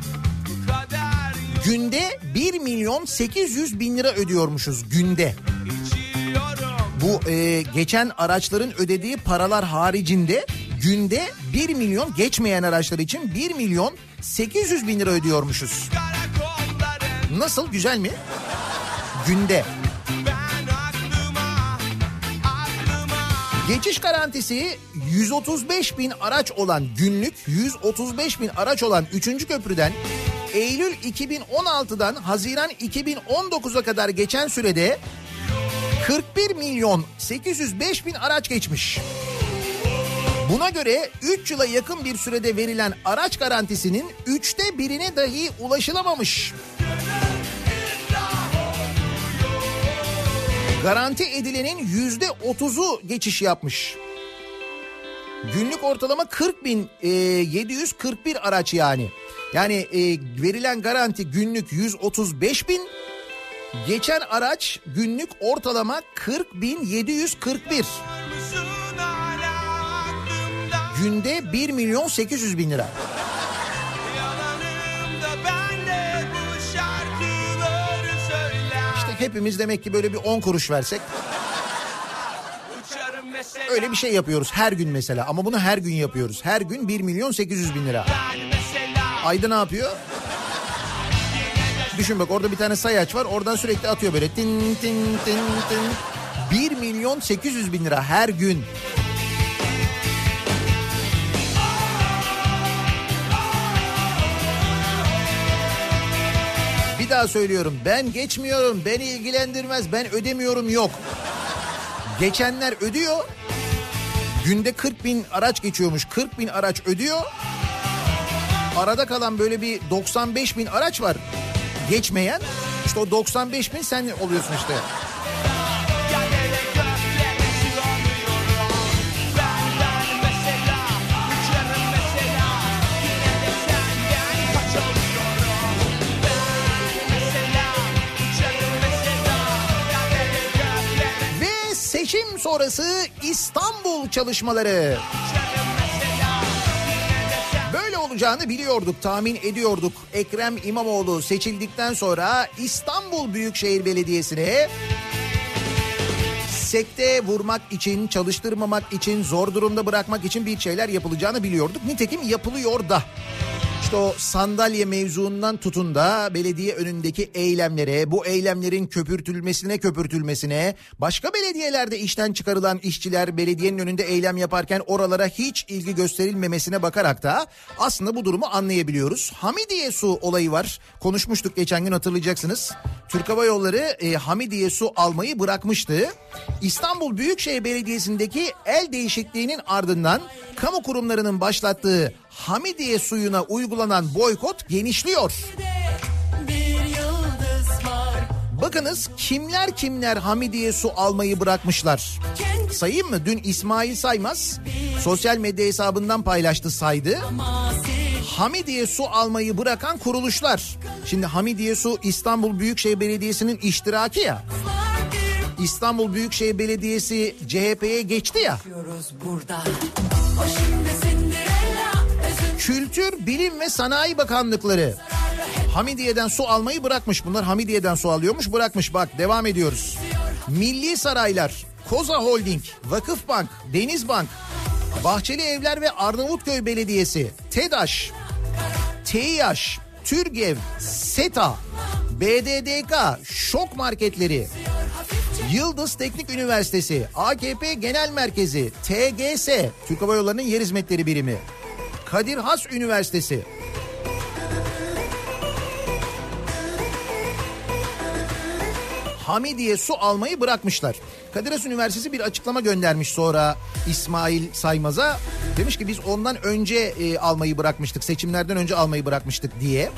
Günde bir milyon sekiz yüz bin lira ödüyormuşuz günde. Bu e, geçen araçların ödediği paralar haricinde günde bir milyon, geçmeyen araçlar için bir milyon sekiz yüz bin lira ödüyormuşuz. Nasıl, güzel mi? Günde. Geçiş garantisi yüz otuz beş bin araç olan günlük yüz otuz beş bin araç olan üçüncü köprüden Eylül iki bin on altıdan Haziran iki bin on dokuza kadar geçen sürede kırk bir milyon sekiz yüz beş bin araç geçmiş. Buna göre üç yıla yakın bir sürede verilen araç garantisinin üçte birine dahi ulaşılamamış. Garanti edilenin yüzde otuzu geçiş yapmış. Günlük ortalama kırk bin yedi yüz kırk bir araç yani. Yani e, verilen garanti günlük yüz otuz beş bin, geçen araç günlük ortalama kırk bin yedi yüz kırk bir. Günde bir milyon sekiz yüz bin lira. İşte hepimiz demek ki böyle bir on kuruş versek. Öyle bir şey yapıyoruz her gün mesela, ama bunu her gün yapıyoruz. Her gün bir milyon sekiz yüz bin lira. Ayda ne yapıyor? Düşün bak, orada bir tane sayaç var, oradan sürekli atıyor böyle tin tin tin tin. bir milyon sekiz yüz bin lira her gün. Bir daha söylüyorum, ben geçmiyorum, beni ilgilendirmez, ben ödemiyorum yok. Geçenler ödüyor. Günde kırk bin araç geçiyormuş, kırk bin araç ödüyor. Arada kalan böyle bir doksan beş bin araç var geçmeyen. İşte o doksan beş bin sen oluyorsun işte. Ve seçim sonrası İstanbul çalışmaları. Böyle olacağını biliyorduk, tahmin ediyorduk. Ekrem İmamoğlu seçildikten sonra İstanbul Büyükşehir Belediyesi'ne sekte vurmak için, çalıştırmamak için, zor durumda bırakmak için bir şeyler yapılacağını biliyorduk. Nitekim yapılıyor da. İşte o sandalye mevzuundan tutun da belediye önündeki eylemlere, bu eylemlerin köpürtülmesine köpürtülmesine, başka belediyelerde işten çıkarılan işçiler belediyenin önünde eylem yaparken oralara hiç ilgi gösterilmemesine bakarak da aslında bu durumu anlayabiliyoruz. Hamidiye Su olayı var. Konuşmuştuk geçen gün, hatırlayacaksınız. Türk Hava Yolları e, Hamidiye Su almayı bırakmıştı. İstanbul Büyükşehir Belediyesi'ndeki el değişikliğinin ardından kamu kurumlarının başlattığı Hamidiye Suyu'na uygulanan boykot genişliyor. Bakınız kimler kimler Hamidiye Su almayı bırakmışlar. Sayayım mı? Dün İsmail Saymaz sosyal medya hesabından paylaştı, saydı. Hamidiye Su almayı bırakan kuruluşlar. Şimdi Hamidiye Su İstanbul Büyükşehir Belediyesi'nin iştiraki ya. İstanbul Büyükşehir Belediyesi C H P'ye geçti ya. Kültür, Bilim ve Sanayi Bakanlıkları Hamidiye'den su almayı bırakmış. Bunlar Hamidiye'den su alıyormuş, bırakmış. Bak, devam ediyoruz. Milli Saraylar, Koza Holding, Vakıfbank, Denizbank, Bahçeli Evler ve Arnavutköy Belediyesi, TEDAŞ, TİAŞ, TÜRGEV, SETA, B D D K, Şok Marketleri, Yıldız Teknik Üniversitesi, A K P Genel Merkezi, T G S, Türk Hava Yolları'nın Yer Hizmetleri Birimi, Kadir Has Üniversitesi, Hamidiye Su almayı bırakmışlar. Kadir Has Üniversitesi bir açıklama göndermiş sonra İsmail Saymaz'a. Demiş ki biz ondan önce e, almayı bırakmıştık, seçimlerden önce almayı bırakmıştık diye.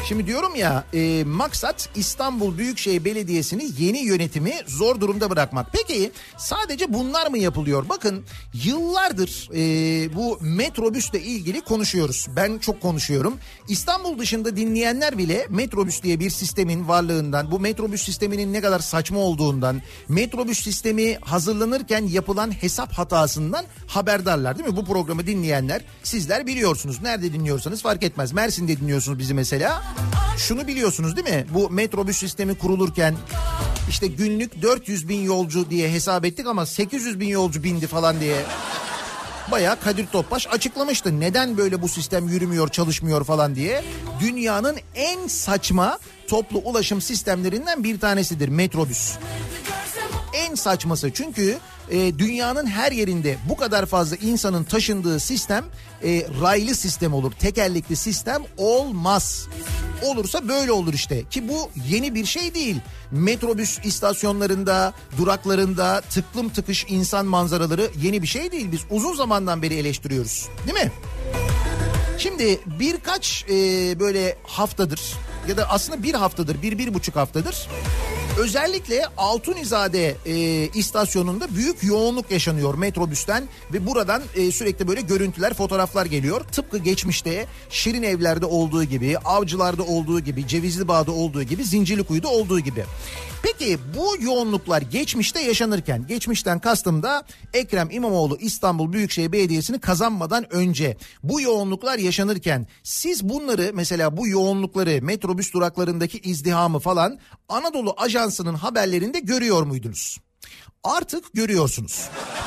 Şimdi diyorum ya e, maksat İstanbul Büyükşehir Belediyesi'ni yeni yönetimi zor durumda bırakmak. Peki sadece bunlar mı yapılıyor? Bakın yıllardır e, bu metrobüsle ilgili konuşuyoruz. Ben çok konuşuyorum. İstanbul dışında dinleyenler bile metrobüs diye bir sistemin varlığından, bu metrobüs sisteminin ne kadar saçma olduğundan, metrobüs sistemi hazırlanırken yapılan hesap hatasından haberdarlar değil mi? Bu programı dinleyenler sizler biliyorsunuz. Nerede dinliyorsanız fark etmez. Mersin'de dinliyorsunuz bizi mesela. Şunu biliyorsunuz değil mi? Bu metrobüs sistemi kurulurken işte günlük dört yüz bin yolcu diye hesap ettik ama sekiz yüz bin yolcu bindi falan diye. Bayağı Kadir Topbaş açıklamıştı. Neden böyle bu sistem yürümüyor, çalışmıyor falan diye. Dünyanın en saçma toplu ulaşım sistemlerinden bir tanesidir metrobüs. En saçması çünkü e, dünyanın her yerinde bu kadar fazla insanın taşındığı sistem e, raylı sistem olur. Tekerlekli sistem olmaz. Olursa böyle olur işte ki bu yeni bir şey değil. Metrobüs istasyonlarında, duraklarında tıklım tıkış insan manzaraları yeni bir şey değil. Biz uzun zamandan beri eleştiriyoruz, değil mi? Şimdi birkaç e, böyle haftadır ya da aslında bir haftadır, bir, bir buçuk haftadır özellikle Altunizade e, istasyonunda büyük yoğunluk yaşanıyor metrobüsten ve buradan e, sürekli böyle görüntüler, fotoğraflar geliyor. Tıpkı geçmişte Şirinevler'de olduğu gibi, Avcılar'da olduğu gibi, Cevizlibağ'da olduğu gibi, Zincirlikuyu'da olduğu gibi. Peki bu yoğunluklar geçmişte yaşanırken, geçmişten kastım da Ekrem İmamoğlu İstanbul Büyükşehir Belediyesi'ni kazanmadan önce bu yoğunluklar yaşanırken siz bunları mesela bu yoğunlukları metrobüs duraklarındaki izdihamı falan Anadolu Ajansı'nın haberlerinde görüyor muydunuz? Artık görüyorsunuz.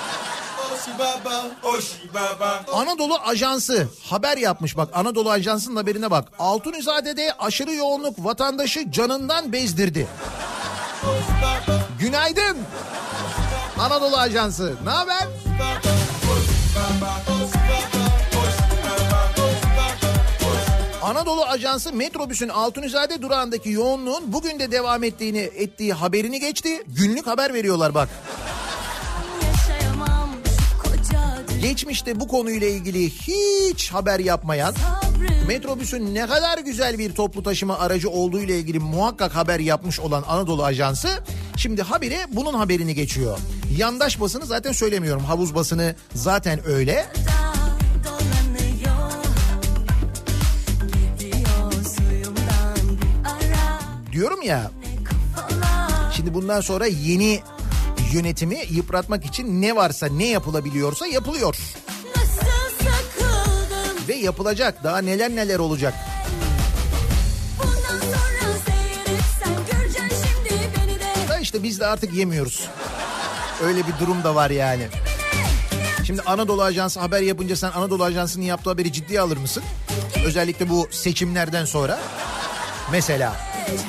Anadolu Ajansı haber yapmış bak, Anadolu Ajansı'nın haberine bak. Altunizade'de aşırı yoğunluk vatandaşı canından bezdirdi. Günaydın Anadolu Ajansı, ne haber? Anadolu Ajansı metrobüsün Altunizade durağındaki yoğunluğun bugün de devam ettiğini ettiği haberini geçti. Günlük haber veriyorlar bak. Geçmişte bu konuyla ilgili hiç haber yapmayan, metrobüsün ne kadar güzel bir toplu taşıma aracı olduğu ile ilgili muhakkak haber yapmış olan Anadolu Ajansı şimdi habire bunun haberini geçiyor. Yandaş basını zaten söylemiyorum, havuz basını zaten öyle. Diyorum ya, şimdi bundan sonra yeni yönetimi yıpratmak için ne varsa, ne yapılabiliyorsa yapılıyor. Ve yapılacak, daha neler neler olacak. Da işte biz de artık yemiyoruz. Öyle bir durum da var yani. Şimdi Anadolu Ajansı haber yapınca sen Anadolu Ajansı'nın yaptığı haberi ciddiye alır mısın? Özellikle bu seçimlerden sonra. Mesela.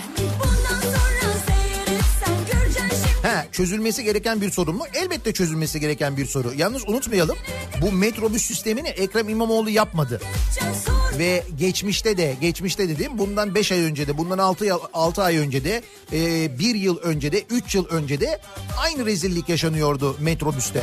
He, çözülmesi gereken bir sorun mu? Elbette çözülmesi gereken bir soru. Yalnız unutmayalım, bu metrobüs sistemini Ekrem İmamoğlu yapmadı. Ve geçmişte de, geçmişte dedim bundan beş ay önce de, bundan altı ay önce de, e, bir yıl önce de, üç yıl önce de aynı rezillik yaşanıyordu metrobüste.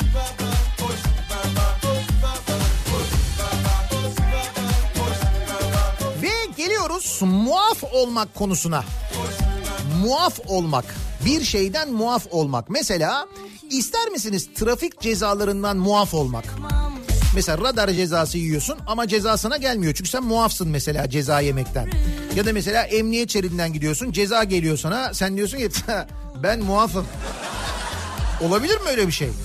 Ve geliyoruz muaf olmak konusuna. Muaf olmak. Bir şeyden muaf olmak. Mesela ister misiniz trafik cezalarından muaf olmak? Mesela radar cezası yiyorsun ama cezasına gelmiyor. Çünkü sen muafsın mesela ceza yemekten. Ya da mesela emniyet şeridinden gidiyorsun, ceza geliyor sana. Sen diyorsun ki ben muafım. Olabilir mi öyle bir şey?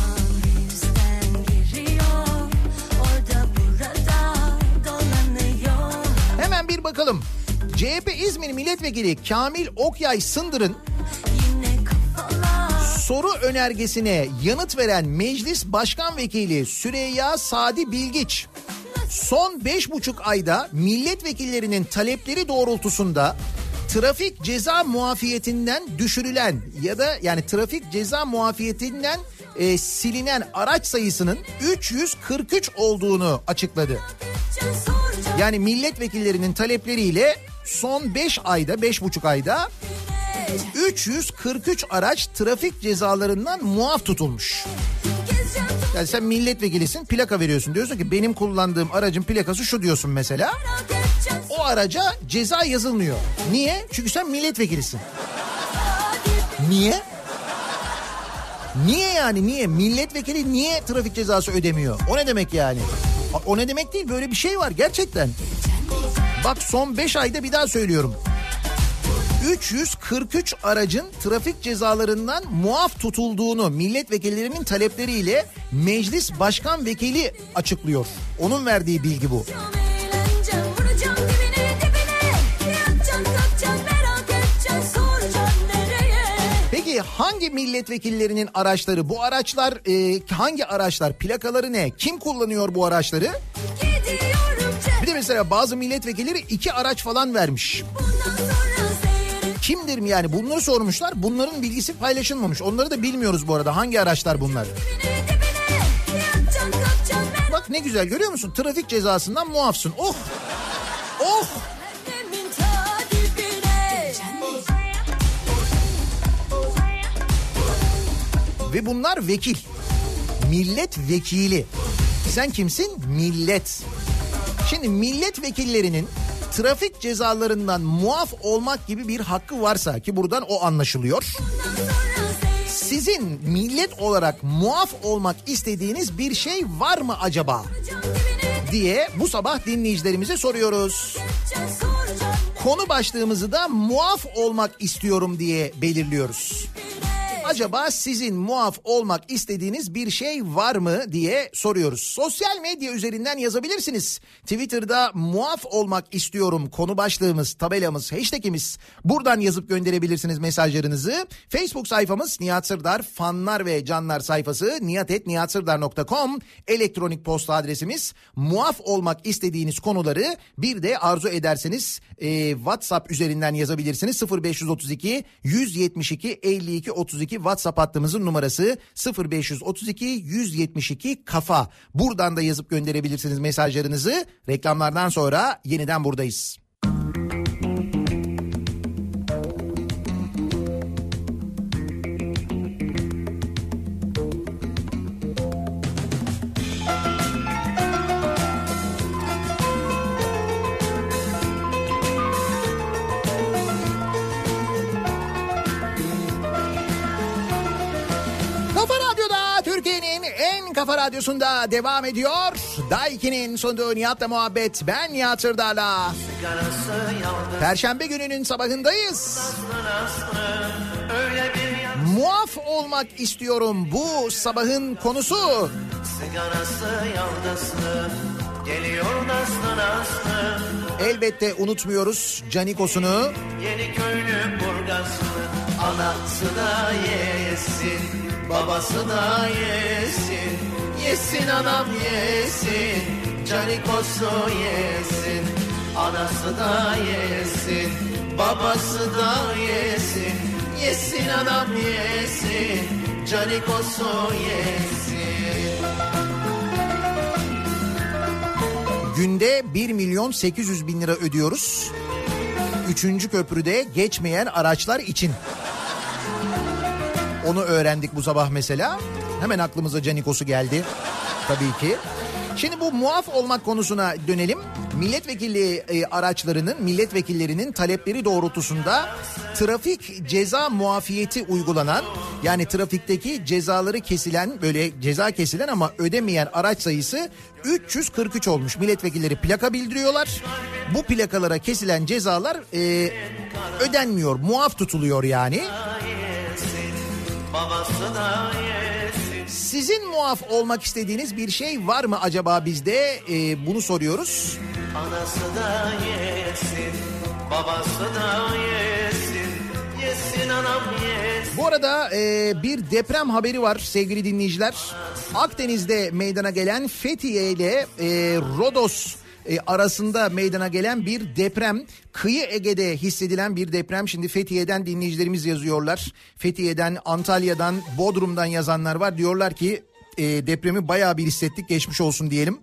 Hemen bir bakalım. C H P İzmir Milletvekili Kamil Okyay Sındır'ın soru önergesine yanıt veren Meclis Başkan Vekili Süreyya Sadi Bilgiç, son beş buçuk ayda milletvekillerinin talepleri doğrultusunda trafik ceza muafiyetinden düşürülen ya da yani trafik ceza muafiyetinden e, silinen araç sayısının üç yüz kırk üç olduğunu açıkladı. Yani milletvekillerinin talepleriyle son beş ayda, beş buçuk ayda üç yüz kırk üç araç trafik cezalarından muaf tutulmuş. Yani sen milletvekilisin, plaka veriyorsun. Diyorsun ki benim kullandığım aracın plakası şu diyorsun mesela. O araca ceza yazılmıyor. Niye? Çünkü sen milletvekilisin. Niye? Niye yani niye? Milletvekili niye trafik cezası ödemiyor? O ne demek yani? O ne demek değil, böyle bir şey var gerçekten. Bak son beş ayda bir daha söylüyorum. üç yüz kırk üç aracın trafik cezalarından muaf tutulduğunu milletvekillerinin talepleriyle Meclis Başkan Vekili açıklıyor. Onun verdiği bilgi bu. Peki hangi milletvekillerinin araçları bu araçlar, e, hangi araçlar, plakaları ne? Kim kullanıyor bu araçları? Bir de mesela bazı milletvekilleri iki araç falan vermiş. Kimdir mi yani? Bunları sormuşlar. Bunların bilgisi paylaşılmamış. Onları da bilmiyoruz bu arada. Hangi araçlar bunlar? Bak ne güzel, görüyor musun? Trafik cezasından muafsın. Oh! Oh! Ve bunlar vekil. Milletvekili. Sen kimsin? Millet. Şimdi milletvekillerinin trafik cezalarından muaf olmak gibi bir hakkı varsa, ki buradan o anlaşılıyor. Sizin millet olarak muaf olmak istediğiniz bir şey var mı acaba? Diye bu sabah dinleyicilerimize soruyoruz. Konu başlığımızı da muaf olmak istiyorum diye belirliyoruz. Acaba sizin muaf olmak istediğiniz bir şey var mı diye soruyoruz. Sosyal medya üzerinden yazabilirsiniz. Twitter'da muaf olmak istiyorum konu başlığımız, tabelamız, hashtagimiz. Buradan yazıp gönderebilirsiniz mesajlarınızı. Facebook sayfamız Nihat Sırdar fanlar ve canlar sayfası nihat et nihat sırdar nokta com elektronik posta adresimiz. Muaf olmak istediğiniz konuları bir de arzu ederseniz e, WhatsApp üzerinden yazabilirsiniz. sıfır beş otuz iki yüz yetmiş iki elli iki otuz iki WhatsApp hattımızın numarası sıfır beş otuz iki yüz yetmiş iki kafa. Buradan da yazıp gönderebilirsiniz mesajlarınızı. Reklamlardan sonra yeniden buradayız. Kafa Radyosu'nda devam ediyor. Daiki'nin sunduğu Nihat'la muhabbet. Ben Nihat Sırdar'la. Perşembe gününün sabahındayız. Muaf olmak istiyorum bu sabahın konusu. Elbette unutmuyoruz Canikos'unu. Yeni köylü burgasını, anası da yesin, babası da yesin, yesin anam yesin, Canikos'u yesin, anası da yesin, babası da yesin, yesin anam yesin, Canikos'u yesin. Günde bir milyon sekiz yüz bin lira ödüyoruz. Üçüncü köprüde geçmeyen araçlar için. Onu öğrendik bu sabah mesela. Hemen aklımıza Canikos'u geldi. Tabii ki. Şimdi bu muaf olmak konusuna dönelim. Milletvekili e, araçlarının, milletvekillerinin talepleri doğrultusunda trafik ceza muafiyeti uygulanan, yani trafikteki cezaları kesilen, böyle ceza kesilen ama ödemeyen araç sayısı üç yüz kırk üç olmuş. Milletvekilleri plaka bildiriyorlar. Bu plakalara kesilen cezalar e, ödenmiyor, muaf tutuluyor yani. Sizin muaf olmak istediğiniz bir şey var mı acaba bizde? Ee, bunu soruyoruz. Anası da yesin, babası da yesin, yesin anam yesin. Bu arada e, bir deprem haberi var sevgili dinleyiciler. Akdeniz'de meydana gelen Fethiye ile e, Rodos E, arasında meydana gelen bir deprem, kıyı Ege'de hissedilen bir deprem. Şimdi Fethiye'den dinleyicilerimiz yazıyorlar. Fethiye'den, Antalya'dan, Bodrum'dan yazanlar var. Diyorlar ki e, depremi bayağı bir hissettik, geçmiş olsun diyelim.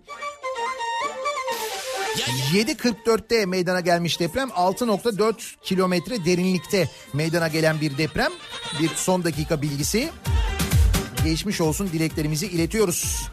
yedi kırk dörtte meydana gelmiş deprem, altı nokta dört kilometre derinlikte meydana gelen bir deprem. Bir son dakika bilgisi. geçmiş olsun dileklerimizi iletiyoruz.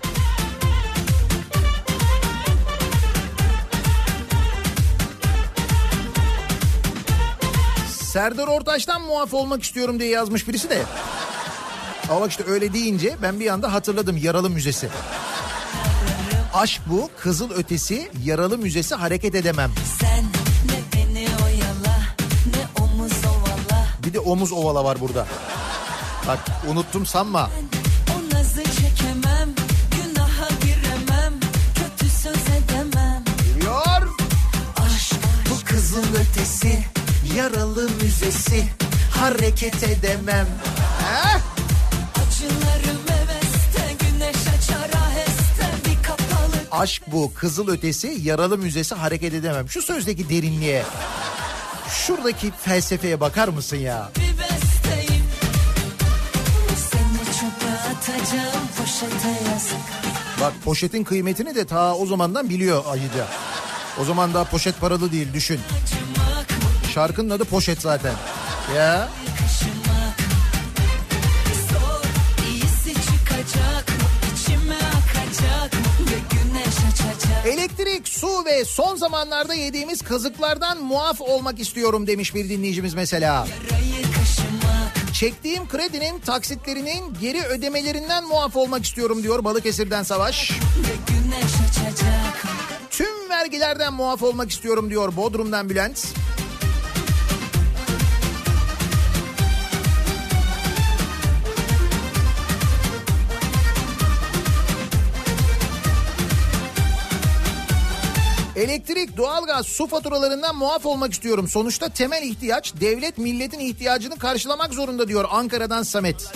Serdar Ortaç'tan muaf olmak istiyorum diye yazmış birisi de. Ama bak işte öyle deyince ben bir anda hatırladım, Yaralı Müzesi. Aşk bu, Kızıl Ötesi, Yaralı Müzesi, hareket edemem. Sen ne beni oyala, ne omuz ovala. Bir de omuz ovala var burada. Bak unuttum sanma. O nazı çekemem, günaha giremem, kötü söz edemem. Geliyor. Aşk bu kızıl ötesi, Yaralı Müzesi, hareket edemem. Heh. acılarım heveste, güneş açar aheste bir kapalı. Aşk bu, Kızıl Ötesi, Yaralı Müzesi, hareket edemem. Şu sözdeki derinliğe, şuradaki felsefeye bakar mısın ya? Bir besteyim, seni çöpe atacağım, poşete yazık. Bak poşetin kıymetini de ta o zamandan biliyor Ayıca. O zaman daha poşet paralı değil, düşün. Acımak mı, Şarkının adı Poşet zaten. Ya. kaşımak. Sor, iyisi çıkacak mı, içime akacak mı ve güneş açacak. Elektrik, su ve son zamanlarda yediğimiz kazıklardan muaf olmak istiyorum demiş bir dinleyicimiz mesela. Yarayı kaşımak. Çektiğim kredinin taksitlerinin geri ödemelerinden muaf olmak istiyorum diyor Balıkesir'den Savaş. Ve güneş açacak. Tüm vergilerden muaf olmak istiyorum diyor Bodrum'dan Bülent. Elektrik, doğalgaz, su faturalarından muaf olmak istiyorum. Sonuçta temel ihtiyaç, devlet milletin ihtiyacını karşılamak zorunda diyor Ankara'dan Samet.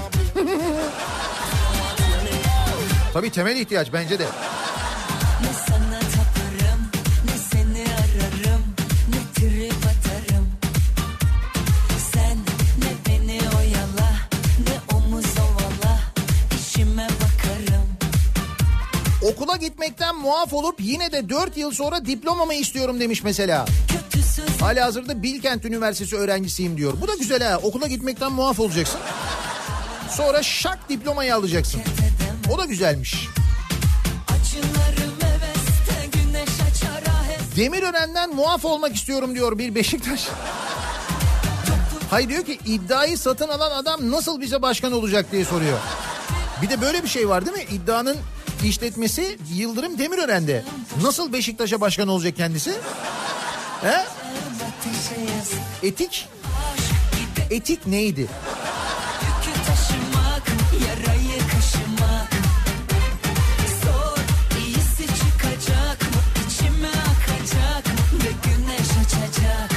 Tabii temel ihtiyaç bence de. Ne sana taparım, ne seni ararım, ne trip atarım. Sen ne beni oyala, ne omuz ovala, işime bakarım. Okula gitmekten muaf olup yine de dört yıl sonra diplomamı istiyorum demiş mesela. Kötü söz Halihazırda Bilkent Üniversitesi öğrencisiyim diyor. Bu da güzel ha. Okula gitmekten muaf olacaksın. Sonra şak diplomayı alacaksın. O da güzelmiş. acılarım heveste, güneş açar aheste. Demirören'den muaf olmak istiyorum diyor bir Beşiktaş. Hayır diyor ki iddiayı satın alan adam nasıl bize başkan olacak diye soruyor. Bir de böyle bir şey var değil mi? İddianın işletmesi Yıldırım Demirören'de. Nasıl Beşiktaş'a başkan olacak kendisi? He? Ateşe yazık, Etik? aşk gide, Etik neydi? yükü taşımak, yarayı kaşımak. Sor, iyisi çıkacak mı, içime akacak mı ve güneş açacak.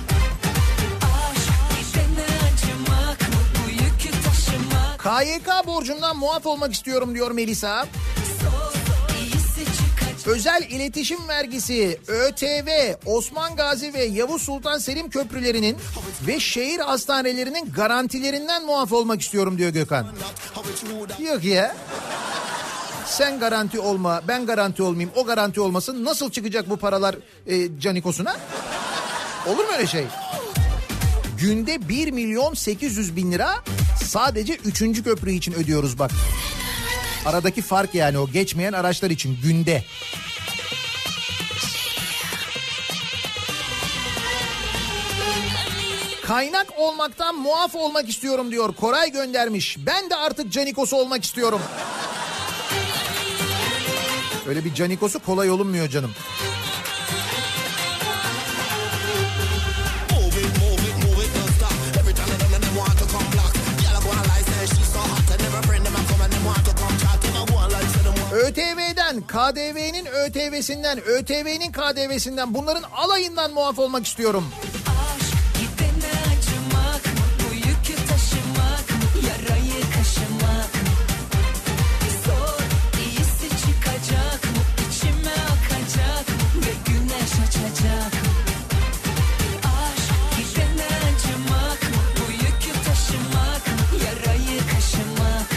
Aşk gidene acımak mı, bu yükü taşımak. K Y K borcumdan muaf olmak istiyorum diyor Melisa. Sor, iyisi çıkacak. Özel iletişim vergisi, Ö T V, Osman Gazi ve Yavuz Sultan Selim köprülerinin ve şehir hastanelerinin garantilerinden muaf olmak istiyorum diyor Gökhan. Yok ya. Sen garanti olma, ben garanti olmayayım, o garanti olmasın. Nasıl çıkacak bu paralar e, canikosuna? Olur mu öyle şey? Günde bir milyon sekiz yüz bin lira sadece üçüncü köprü için ödüyoruz bak. Aradaki fark yani o geçmeyen araçlar için günde. Kaynak olmaktan muaf olmak istiyorum diyor Koray göndermiş. Ben de artık canikosu olmak istiyorum. Öyle bir canikosu kolay olunmuyor canım. Ö T V'den, K D V'nin Ö T V'sinden, Ö T V'nin K D V'sinden bunların alayından muaf olmak istiyorum. Aşk gidene acımak mı, bu yükü taşımak mı, yarayı kaşımak. Sor, iyisi çıkacak mı, içime akacak mı ve güneş açacak. Aşk gidene acımak mı, bu yükü taşımak mı, yarayı kaşımak.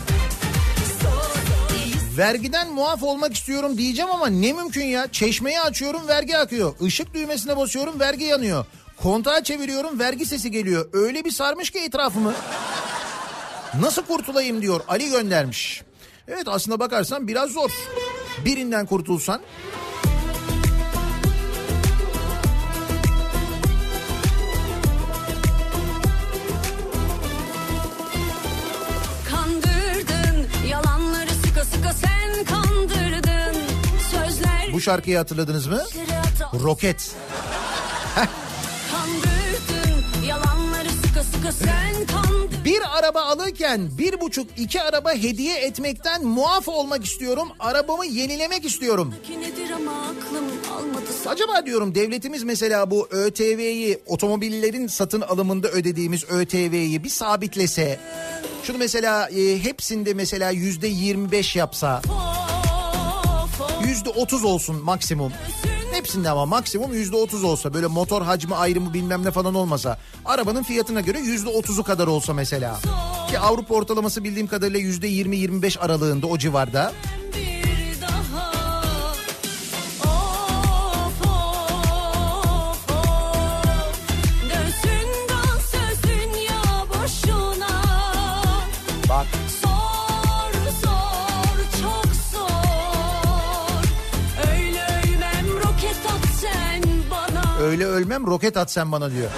Sor, iyisi Vergiden muaf olmak istiyorum diyeceğim ama ne mümkün ya. Çeşmeyi açıyorum vergi akıyor. Işık düğmesine basıyorum vergi yanıyor. Kontağı çeviriyorum vergi sesi geliyor. Öyle bir sarmış ki etrafımı. Nasıl kurtulayım diyor, Ali göndermiş. Evet, aslında bakarsan biraz zor. Birinden kurtulsan. Kandırdın, yalanları sıka sıka sen kandırdın. Sözler... Bu şarkıyı hatırladınız mı? Roket. Kandırdın, yalanları sıka sıka sen kandırdın. Bir araba alırken bir buçuk iki araba hediye etmekten muaf olmak istiyorum. Arabamı yenilemek istiyorum. Nedir ama aklım almadı. Acaba diyorum devletimiz mesela bu ÖTV'yi, otomobillerin satın alımında ödediğimiz ÖTV'yi bir sabitlese. Şunu mesela e, hepsinde mesela yüzde yirmi beş yapsa. Yüzde otuz olsun maksimum. Hepsinde ama maksimum yüzde otuz olsa, böyle motor hacmi ayrımı bilmem ne falan olmasa, arabanın fiyatına göre yüzde otuzu kadar olsa mesela. Ki Avrupa ortalaması bildiğim kadarıyla yüzde yirmi yirmi beş aralığında, o civarda. Bak. Öyle ölmem, roket at sen bana diyor.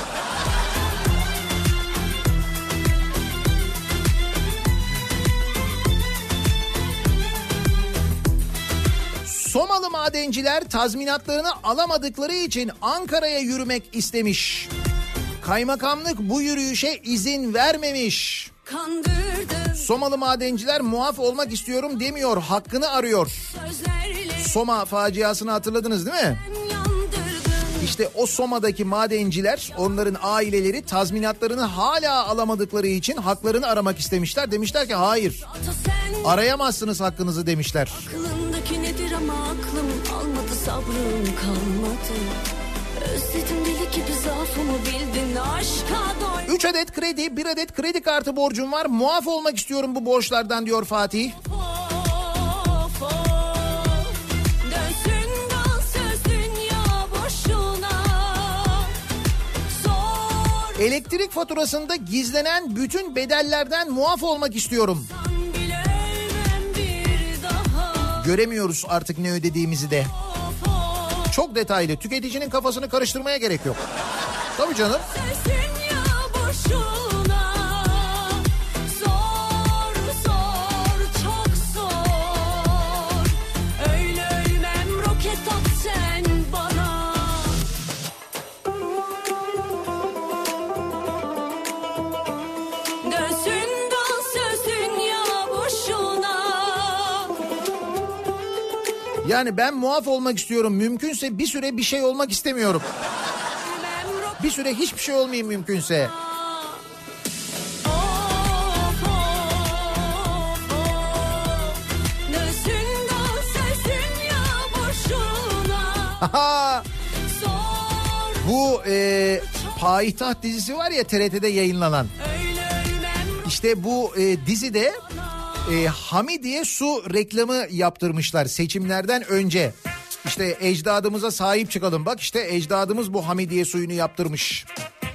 Somalı madenciler tazminatlarını alamadıkları için Ankara'ya yürümek istemiş. Kaymakamlık bu yürüyüşe izin vermemiş. Kandırdın. Somalı madenciler muaf olmak istiyorum demiyor, hakkını arıyor. Sözlerle Soma faciasını hatırladınız değil mi? İşte o Soma'daki madenciler, onların aileleri tazminatlarını hala alamadıkları için haklarını aramak istemişler. Demişler ki hayır, arayamazsınız hakkınızı demişler. Aklındaki nedir ama aklım almadı, sabrım kalmadı. Özledim deli gibi zaafımı bildin, aşka doy. Üç adet kredi, bir adet kredi kartı borcum var. Muaf olmak istiyorum bu borçlardan diyor Fatih. Elektrik faturasında gizlenen bütün bedellerden muaf olmak istiyorum. Göremiyoruz artık ne ödediğimizi de. Çok detaylı, tüketicinin kafasını karıştırmaya gerek yok. Tabii canım. Yani ben muaf olmak istiyorum. Mümkünse bir süre bir şey olmak istemiyorum. Bir süre hiçbir şey olmayayım mümkünse. Bu e, Payitaht dizisi var ya, T R T'de yayınlanan. İşte bu e, dizide e, Hamidiye su reklamı yaptırmışlar seçimlerden önce. İşte ecdadımıza sahip çıkalım. Bak işte ecdadımız bu Hamidiye suyunu yaptırmış.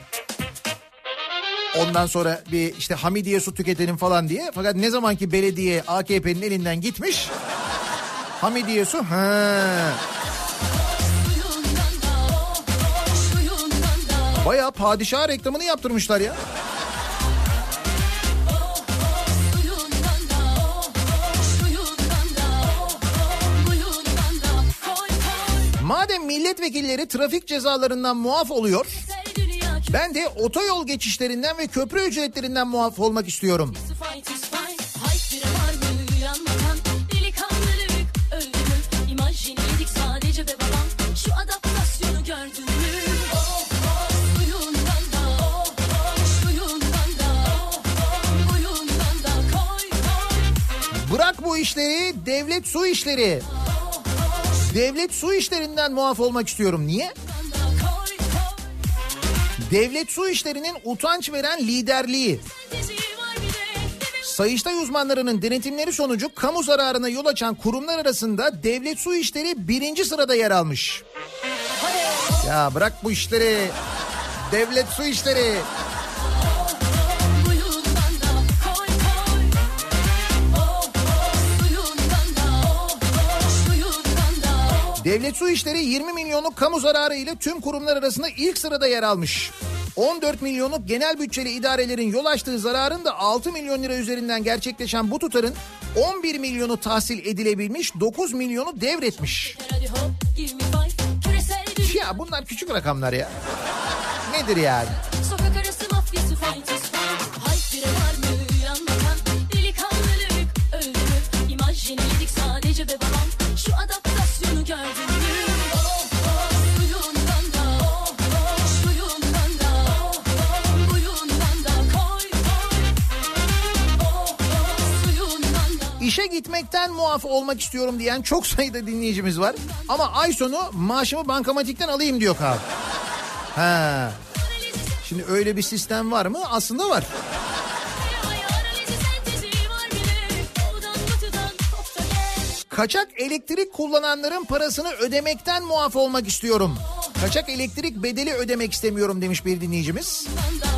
Ondan sonra bir işte Hamidiye su tüketelim falan diye. Fakat ne zamanki belediye A K P'nin elinden gitmiş, Hamidiye su ha. Bayağı padişah reklamını yaptırmışlar ya. Madem milletvekilleri trafik cezalarından muaf oluyor, ben de otoyol geçişlerinden ve köprü ücretlerinden muaf olmak istiyorum. Bırak bu işleri, devlet su işleri. Devlet su işlerinden muaf olmak istiyorum. Niye? Devlet su işlerinin utanç veren liderliği, Sayıştay uzmanlarının denetimleri sonucu kamu zararına yol açan kurumlar arasında devlet su işleri birinci sırada yer almış. Ya bırak bu işleri, devlet su işleri. Devlet Su İşleri yirmi milyonluk kamu zararı ile tüm kurumlar arasında ilk sırada yer almış. on dört milyonluk genel bütçeli idarelerin yol açtığı zararın da altı milyon lira üzerinden gerçekleşen bu tutarın on bir milyonu tahsil edilebilmiş, dokuz milyonu devretmiş. Ya bunlar küçük rakamlar ya. Nedir yani? Sokak arası mafyası fighters hype bire var mı anlatan delikanlılık öldürüp imajinidik sadece be babam şu adaptasyonu gördün mü? Oh oh suyundan da oh oh şuyundan da oh oh buyundan da koy koy oh oh suyundan da. İşe gitmekten muaf olmak istiyorum diyen çok sayıda dinleyicimiz var. Ama ay sonu maaşımı bankamatikten alayım diyor Kaan. Ha. Şimdi öyle bir sistem var mı? Aslında var. Kaçak elektrik kullananların parasını ödemekten muaf olmak istiyorum. Kaçak elektrik bedeli ödemek istemiyorum demiş bir dinleyicimiz.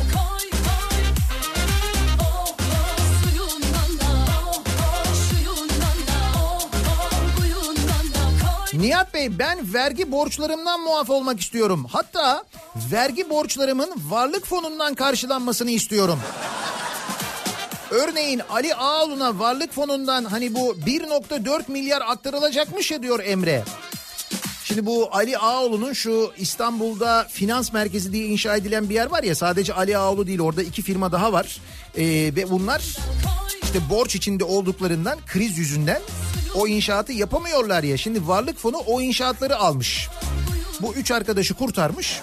Nihat Bey, ben vergi borçlarımdan muaf olmak istiyorum. Hatta vergi borçlarımın varlık fonundan karşılanmasını istiyorum. Örneğin Ali Ağaoğlu'na varlık fonundan hani bu bir nokta dört milyar aktarılacakmış ya diyor Emre. Şimdi bu Ali Ağaoğlu'nun şu İstanbul'da finans merkezi diye inşa edilen bir yer var ya, sadece Ali Ağaoğlu değil, orada iki firma daha var. Ee, ve bunlar işte borç içinde olduklarından, kriz yüzünden o inşaatı yapamıyorlar ya. Şimdi varlık fonu o inşaatları almış. Bu üç arkadaşı kurtarmış.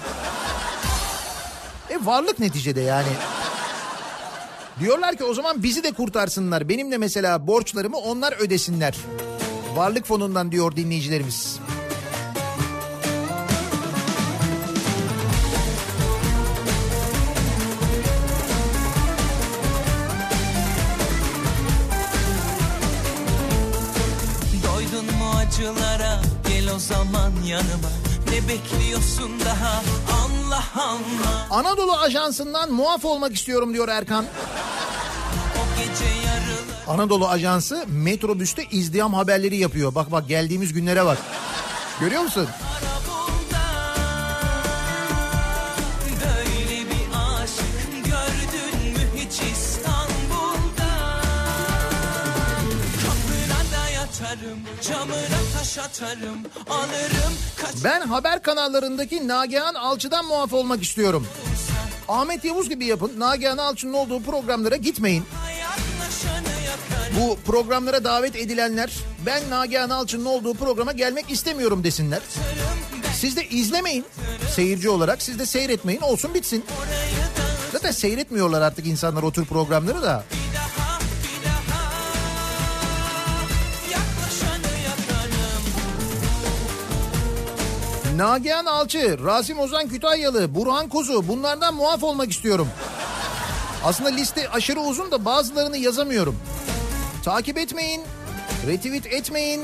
E varlık neticede yani. Diyorlar ki o zaman bizi de kurtarsınlar. Benim de mesela borçlarımı onlar ödesinler. Varlık fonundan diyor dinleyicilerimiz. Acılara gel o zaman yanıma, ne bekliyorsun daha, Allah Allah. Anadolu Ajansı'ndan muaf olmak istiyorum diyor Erkan. O gece yarılar... Anadolu Ajansı metrobüste izdiham haberleri yapıyor. Bak bak geldiğimiz günlere bak. Görüyor musun? Böyle bir aşık gördün mü hiç İstanbul'da? Kapına da yatarım, camına taş atarım, alırım kaç... Ben haber kanallarındaki Nagihan Alçı'dan muaf olmak istiyorum. Ahmet Yavuz gibi yapın. Nagihan Alçı'nın olduğu programlara gitmeyin. Bu programlara davet edilenler ben Nagihan Alçı'nın olduğu programa gelmek istemiyorum desinler. Siz de izlemeyin seyirci olarak, siz de seyretmeyin, olsun bitsin. Zaten seyretmiyorlar artık insanlar o tür programları da. Nagihan Alçı, Rasim Ozan Kütahyalı, Burhan Kuzu, bunlardan muaf olmak istiyorum. Aslında liste aşırı uzun da bazılarını yazamıyorum. Takip etmeyin, retweet etmeyin.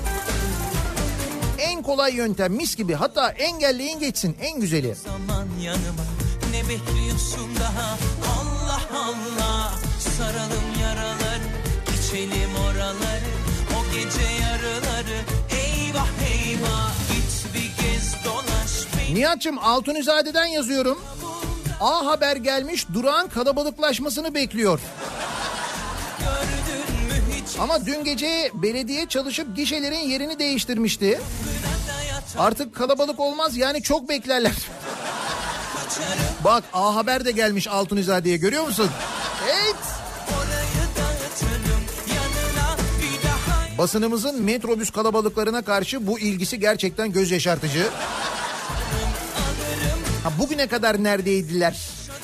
En kolay yöntem mis gibi, hatta engelleyin geçsin, en güzeli. Zaman yanıma, ne bekliyorsun daha, Allah Allah. Saralım yaraları, içelim oraları, o gece yarıları, eyvah eyvah. Git bir gez dolaş beni. Nihat'cığım Altunizade'den yazıyorum. A Haber gelmiş, durağın kalabalıklaşmasını bekliyor. Ama dün gece belediye çalışıp gişelerin yerini değiştirmişti. Artık kalabalık olmaz, yani çok beklerler. Bak A Haber de gelmiş Altunizade'ye, görüyor musun? Evet. Basınımızın metrobüs kalabalıklarına karşı bu ilgisi gerçekten göz yaşartıcı. Ha, bugüne kadar neredeydiler?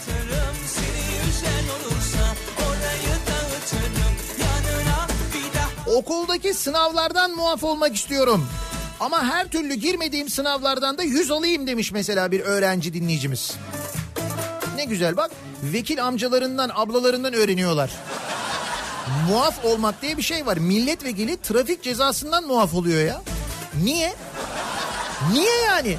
Okuldaki sınavlardan muaf olmak istiyorum. Ama her türlü girmediğim sınavlardan da yüz alayım demiş mesela bir öğrenci dinleyicimiz. Ne güzel bak, vekil amcalarından, ablalarından öğreniyorlar. Muaf olmak diye bir şey var. Milletvekili trafik cezasından muaf oluyor ya. Niye? Niye yani?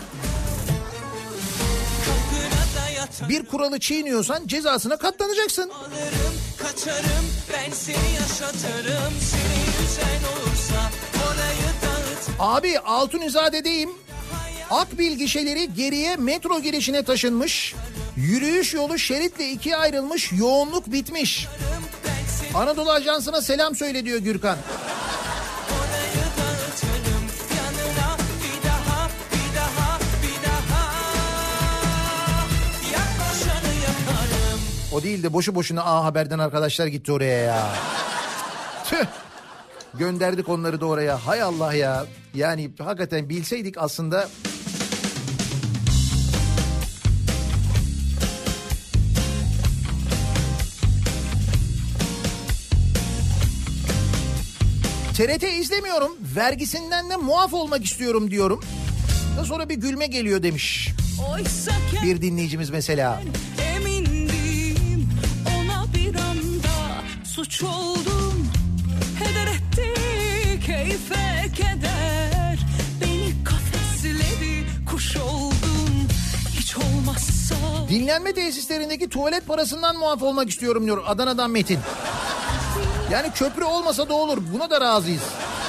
Bir kuralı çiğniyorsan cezasına katlanacaksın. Alırım, kaçarım, ben seni yaşatırım, seni üzen olursa orayı dağıt. Abi Altunizade'deyim. Akbil gişeleri geriye metro girişine taşınmış. Yürüyüş yolu şeritle ikiye ayrılmış. Yoğunluk bitmiş. Anadolu Ajansı'na selam söyle diyor Gürkan. O değil de boşu boşuna A Haber'den arkadaşlar gitti oraya ya. Tüh. Gönderdik onları da oraya. Hay Allah ya. Yani hakikaten bilseydik aslında. T R T izlemiyorum. Vergisinden de muaf olmak istiyorum diyorum. Da sonra bir gülme geliyor demiş. Bir dinleyicimiz mesela. Emindim ona bir anda suç oldum. Heder etti keyfe keder. Beni kafesledi kuş oldum. Hiç olmazsa. Dinlenme tesislerindeki tuvalet parasından muaf olmak istiyorum diyor Adana'dan Metin. Yani köprü olmasa da olur. Buna da razıyız.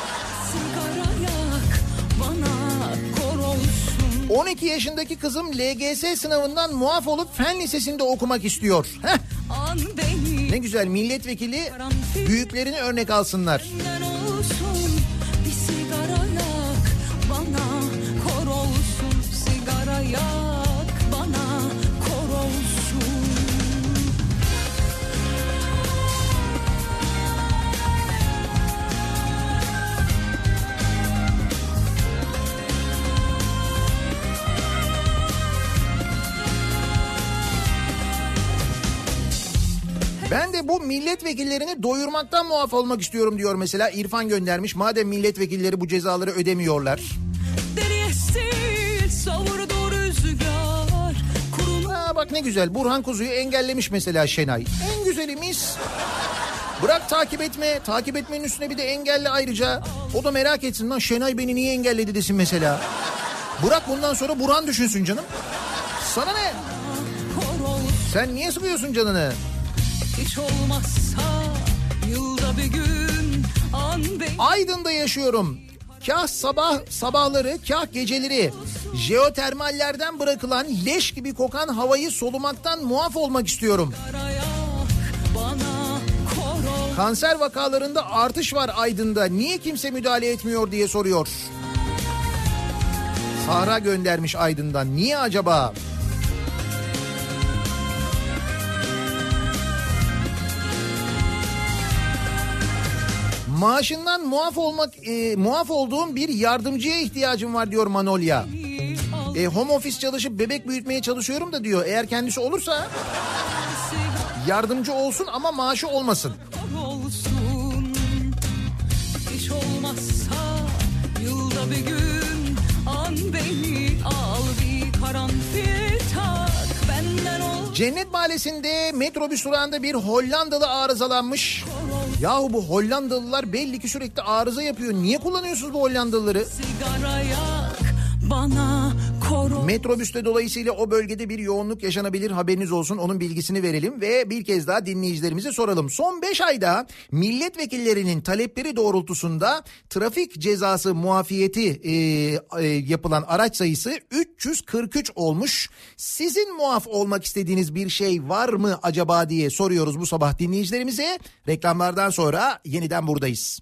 on iki yaşındaki kızım L G S sınavından muaf olup fen lisesinde okumak istiyor. Heh. Ne güzel, milletvekili büyüklerini örnek alsınlar. Bir sigara yak bana kor olsun. Sigara yak bana kor olsun. Ben de bu milletvekillerini doyurmaktan muaf olmak istiyorum diyor mesela İrfan göndermiş. Madem milletvekilleri bu cezaları ödemiyorlar. Ha, bak ne güzel, Burhan Kuzu'yu engellemiş mesela Şenay. En güzelimiz. Bırak takip etme. Takip etmenin üstüne bir de engelle ayrıca. O da merak etsin lan, Şenay beni niye engelledi desin mesela. Bırak bundan sonra Burhan düşünsün canım. Sana ne? Sen niye sıkıyorsun canını? Hiç olmazsa yılda bir gün an be... Aydın'da yaşıyorum. Kah sabah sabahları, kah geceleri jeotermallerden bırakılan leş gibi kokan havayı solumaktan muaf olmak istiyorum. Kanser vakalarında artış var Aydın'da. Niye kimse müdahale etmiyor diye soruyor. Sahra göndermiş Aydın'dan. Niye acaba? Maaşından muaf olmak e, muaf olduğum bir yardımcıya ihtiyacım var diyor Manolya. E, home office çalışıp bebek büyütmeye çalışıyorum da diyor. Eğer kendisi olursa yardımcı olsun ama maaşı olmasın. Olsun. Hiç olmazsa yılda bir gün an beni al bir karanfil tak benden ol. Cennet Mahallesi'nde metrobüs durağında bir Hollandalı arızalanmış. Yahu bu Hollandalılar belli ki sürekli arıza yapıyor. Niye kullanıyorsunuz bu Hollandalıları? Sigara yak bana koru. Metrobüste dolayısıyla o bölgede bir yoğunluk yaşanabilir, haberiniz olsun, onun bilgisini verelim ve bir kez daha dinleyicilerimize soralım. Son beş ayda milletvekillerinin talepleri doğrultusunda trafik cezası muafiyeti e, e, yapılan araç sayısı üç yüz kırk üç olmuş. Sizin muaf olmak istediğiniz bir şey var mı acaba diye soruyoruz bu sabah dinleyicilerimize. Reklamlardan sonra yeniden buradayız.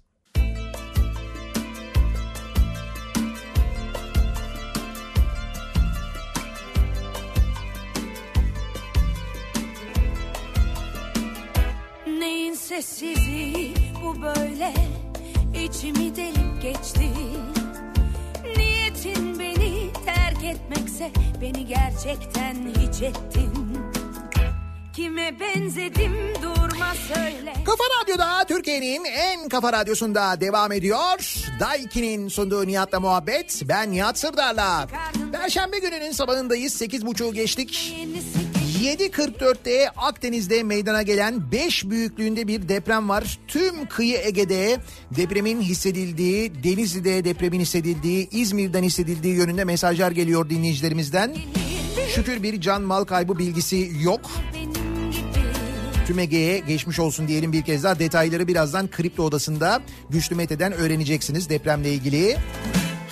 Neyin sessizliği bu böyle, içimi delip geçti. Niyetin beni terk etmekse beni gerçekten hiç ettin. Kime benzedim durma söyle. Kafa Radyo'da, Türkiye'nin en kafa radyosunda devam ediyor. Daiki'nin sunduğu Nihat'la muhabbet. Ben Nihat Sırdar'la. Perşembe gününün sabahındayız. sekiz buçuğu geçtik. yedi kırk dörtte Akdeniz'de meydana gelen beş büyüklüğünde bir deprem var. Tüm kıyı Ege'de depremin hissedildiği, Denizli'de depremin hissedildiği, İzmir'den hissedildiği yönünde mesajlar geliyor dinleyicilerimizden. Şükür bir can mal kaybı bilgisi yok. Tüm Ege'ye geçmiş olsun diyelim bir kez daha. Detayları birazdan Kripto Odası'nda Güçlü Mete'den öğreneceksiniz depremle ilgili.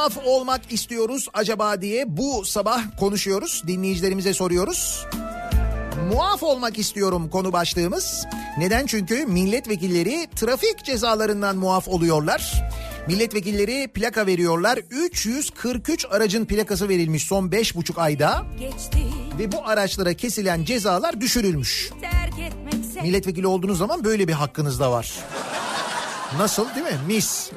muaf olmak istiyoruz acaba diye bu sabah konuşuyoruz. Dinleyicilerimize soruyoruz. Muaf olmak istiyorum konu başlığımız. Neden? Çünkü milletvekilleri trafik cezalarından muaf oluyorlar. Milletvekilleri plaka veriyorlar. üç yüz kırk üç aracın plakası verilmiş son beş buçuk ayda. Geçti. Ve bu araçlara kesilen cezalar düşürülmüş. Milletvekili olduğunuz zaman böyle bir hakkınız da var. Nasıl, değil mi? Mis.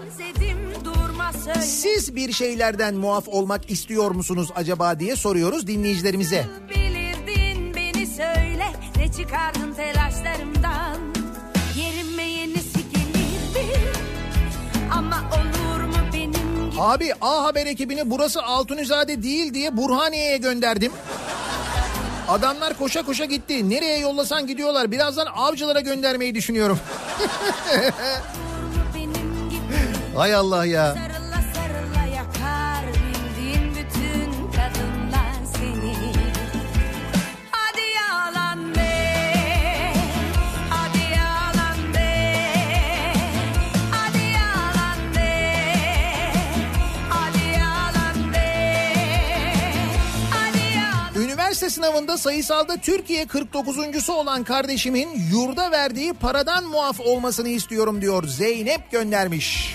Siz bir şeylerden muaf olmak istiyor musunuz acaba diye soruyoruz dinleyicilerimize. Bilirdin beni söyle, ne çıkardın telaşlarımdan. Yerime yenisi gelirdi ama olur mu benim gibi. Abi A Haber ekibini burası Altunizade değil diye Burhaniye'ye gönderdim. Adamlar koşa koşa gitti. Nereye yollasan gidiyorlar. Birazdan Avcılar'a göndermeyi düşünüyorum. Hay Allah ya. Sarıla sarıla yakar bildiğin bütün kadınlar seni. Hadi yalan be, hadi yalan be, hadi yalan be, hadi yalan be, hadi yalan. Üniversite sınavında sayısalda Türkiye kırk dokuzuncusu olan kardeşimin yurda verdiği paradan muaf olmasını istiyorum diyor. Zeynep göndermiş.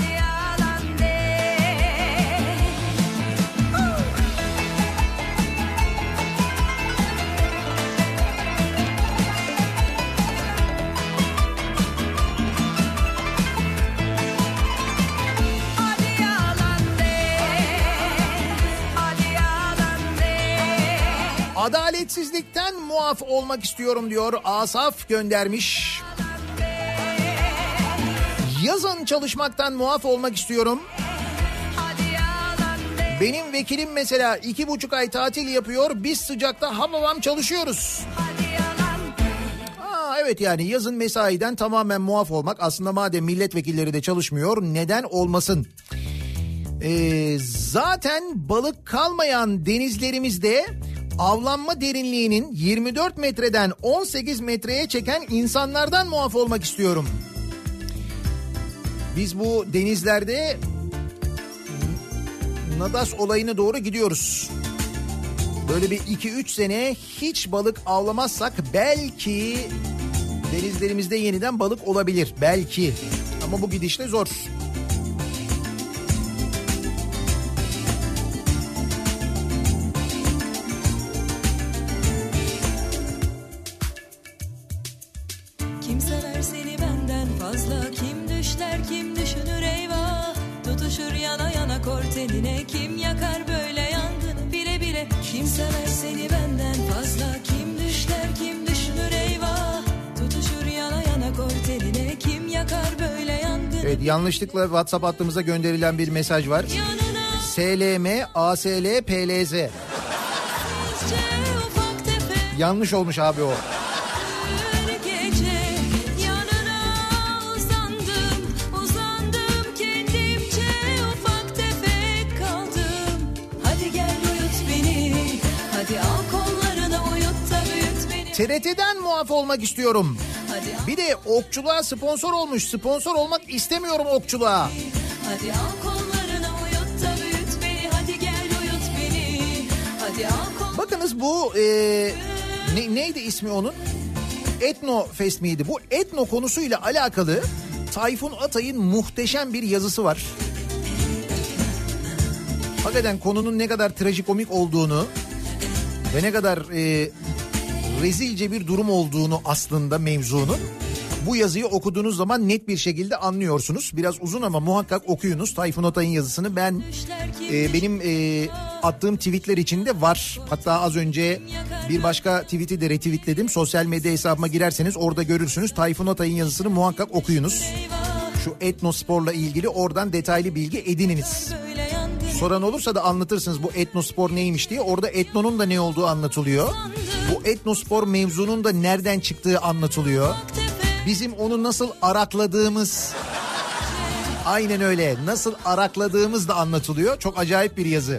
Adaletsizlikten muaf olmak istiyorum diyor. Asaf göndermiş. Yazın çalışmaktan muaf olmak istiyorum. Benim vekilim mesela iki buçuk ay tatil yapıyor. Biz sıcakta hababam çalışıyoruz. Aa, evet, yani yazın mesaiden tamamen muaf olmak. Aslında madem milletvekilleri de çalışmıyor, neden olmasın? Ee, zaten balık kalmayan denizlerimizde avlanma derinliğinin yirmi dört metreden on sekiz metreye çeken insanlardan muaf olmak istiyorum. Biz bu denizlerde Nadas olayına doğru gidiyoruz. Böyle bir iki üç sene hiç balık avlamazsak belki denizlerimizde yeniden balık olabilir. Belki. Ama bu gidişle zor. Kim sever seni benden fazla, kim düşler kim düşünür eyvah. Tutuşur yana yana kor teline, kim yakar böyle yangını bile bile. Kim sever seni benden fazla, kim düşler kim düşünür eyvah. Tutuşur yana yana kor teline, kim yakar böyle yangını. Evet, yanlışlıkla WhatsApp hattımıza gönderilen bir mesaj var. S L M A S L P L Z. Yanlış olmuş abi o. T R T'den muaf olmak istiyorum. Bir de okçuluğa sponsor olmuş. Sponsor olmak istemiyorum okçuluğa. Hadi al kollarına uyut da büyüt beni. Hadi gel uyut beni. Hadi al kollarına. Bakınız bu e, ne, neydi ismi onun? Etno Fest miydi? Bu etno konusuyla alakalı Tayfun Atay'ın muhteşem bir yazısı var. Hakikaten konunun ne kadar trajikomik olduğunu ve ne kadar e, rezilce bir durum olduğunu aslında mevzunun, bu yazıyı okuduğunuz zaman net bir şekilde anlıyorsunuz. Biraz uzun ama muhakkak okuyunuz Tayfun Atay'ın yazısını. Ben e, benim e, attığım tweetler içinde var. Hatta az önce bir başka tweet'i de retweetledim. Sosyal medya hesabıma girerseniz orada görürsünüz. Tayfun Atay'ın yazısını muhakkak okuyunuz. Şu etnosporla ilgili oradan detaylı bilgi edininiz. Soran olursa da anlatırsınız bu etnospor neymiş diye. Orada etnonun da ne olduğu anlatılıyor. Bu etnospor mevzunun da nereden çıktığı anlatılıyor. Bizim onu nasıl arakladığımız, aynen öyle, nasıl arakladığımız da anlatılıyor. Çok acayip bir yazı.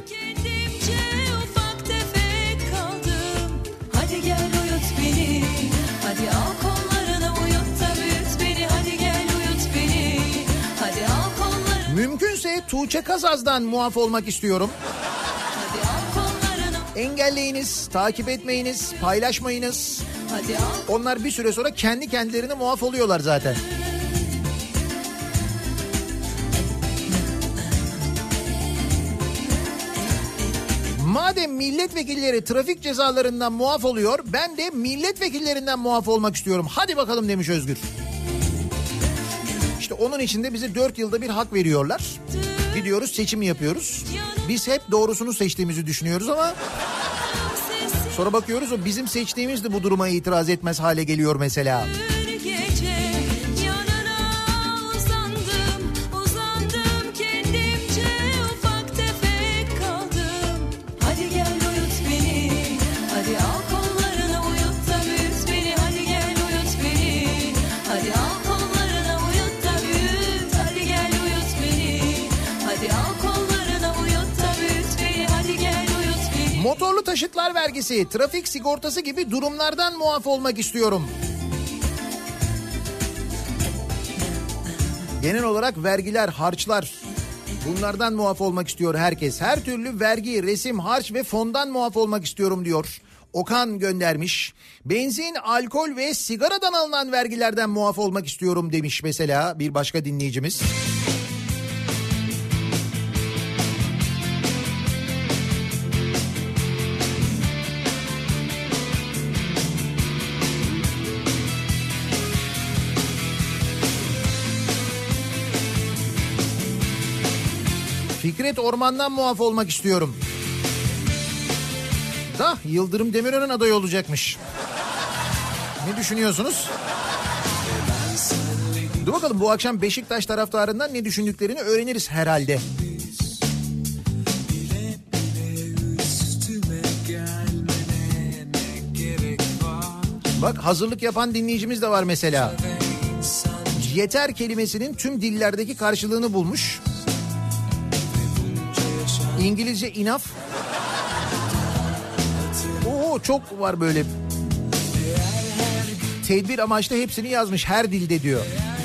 Hadi gel uyut beni. Hadi al kollarına uyut da büyüt beni. Hadi gel uyut beni. Hadi al kollarına. Mümkünse Tuğçe Kazaz'dan muaf olmak istiyorum. Engelleyiniz, takip etmeyiniz, paylaşmayınız. Onlar bir süre sonra kendi kendilerine muaf oluyorlar zaten. Madem milletvekilleri trafik cezalarından muaf oluyor, ben de milletvekillerinden muaf olmak istiyorum. Hadi bakalım demiş Özgür. İşte onun için de bize dört yılda bir hak veriyorlar. Gidiyoruz, seçim yapıyoruz. Biz hep doğrusunu seçtiğimizi düşünüyoruz ama sonra bakıyoruz o bizim seçtiğimiz de bu duruma itiraz etmez hale geliyor mesela. Motorlu taşıtlar vergisi, trafik sigortası gibi durumlardan muaf olmak istiyorum. Genel olarak vergiler, harçlar, bunlardan muaf olmak istiyor herkes. Her türlü vergi, resim, harç ve fondan muaf olmak istiyorum diyor. Okan göndermiş. Benzin, alkol ve sigaradan alınan vergilerden muaf olmak istiyorum demiş mesela bir başka dinleyicimiz. Fikret Orman'dan muaf olmak istiyorum. Da Yıldırım Demirören aday olacakmış. Ne düşünüyorsunuz? Dur bakalım bu akşam Beşiktaş taraftarından ne düşündüklerini öğreniriz herhalde. Bak hazırlık yapan dinleyicimiz de var mesela. Yeter kelimesinin tüm dillerdeki karşılığını bulmuş. İngilizce enough. Oo çok var böyle. Tedbir amaçlı hepsini yazmış her dilde diyor.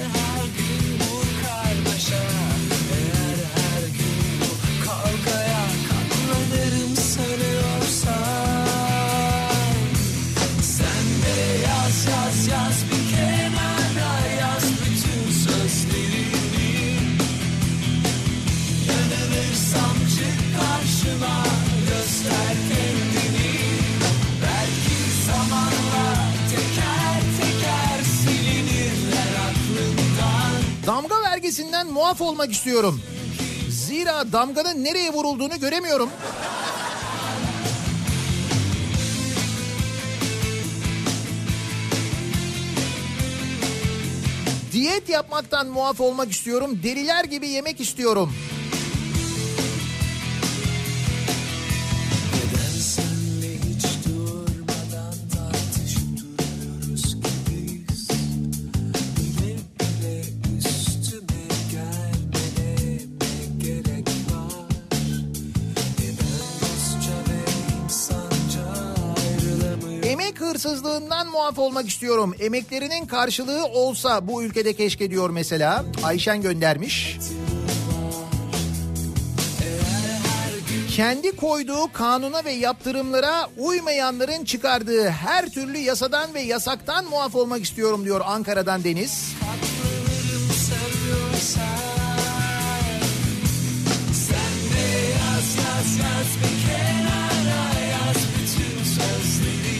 Damga vergisinden muaf olmak istiyorum. Zira damganın nereye vurulduğunu göremiyorum. Diyet yapmaktan muaf olmak istiyorum. Deliler gibi yemek istiyorum. Hırsızlığından muaf olmak istiyorum. Emeklerinin karşılığı olsa bu ülkede keşke diyor mesela. Ayşen göndermiş. Kendi koyduğu kanuna ve yaptırımlara uymayanların çıkardığı her türlü yasadan ve yasaktan muaf olmak istiyorum diyor Ankara'dan Deniz. Sen de yaz yaz yaz bir kenara yaz bütün sözleri.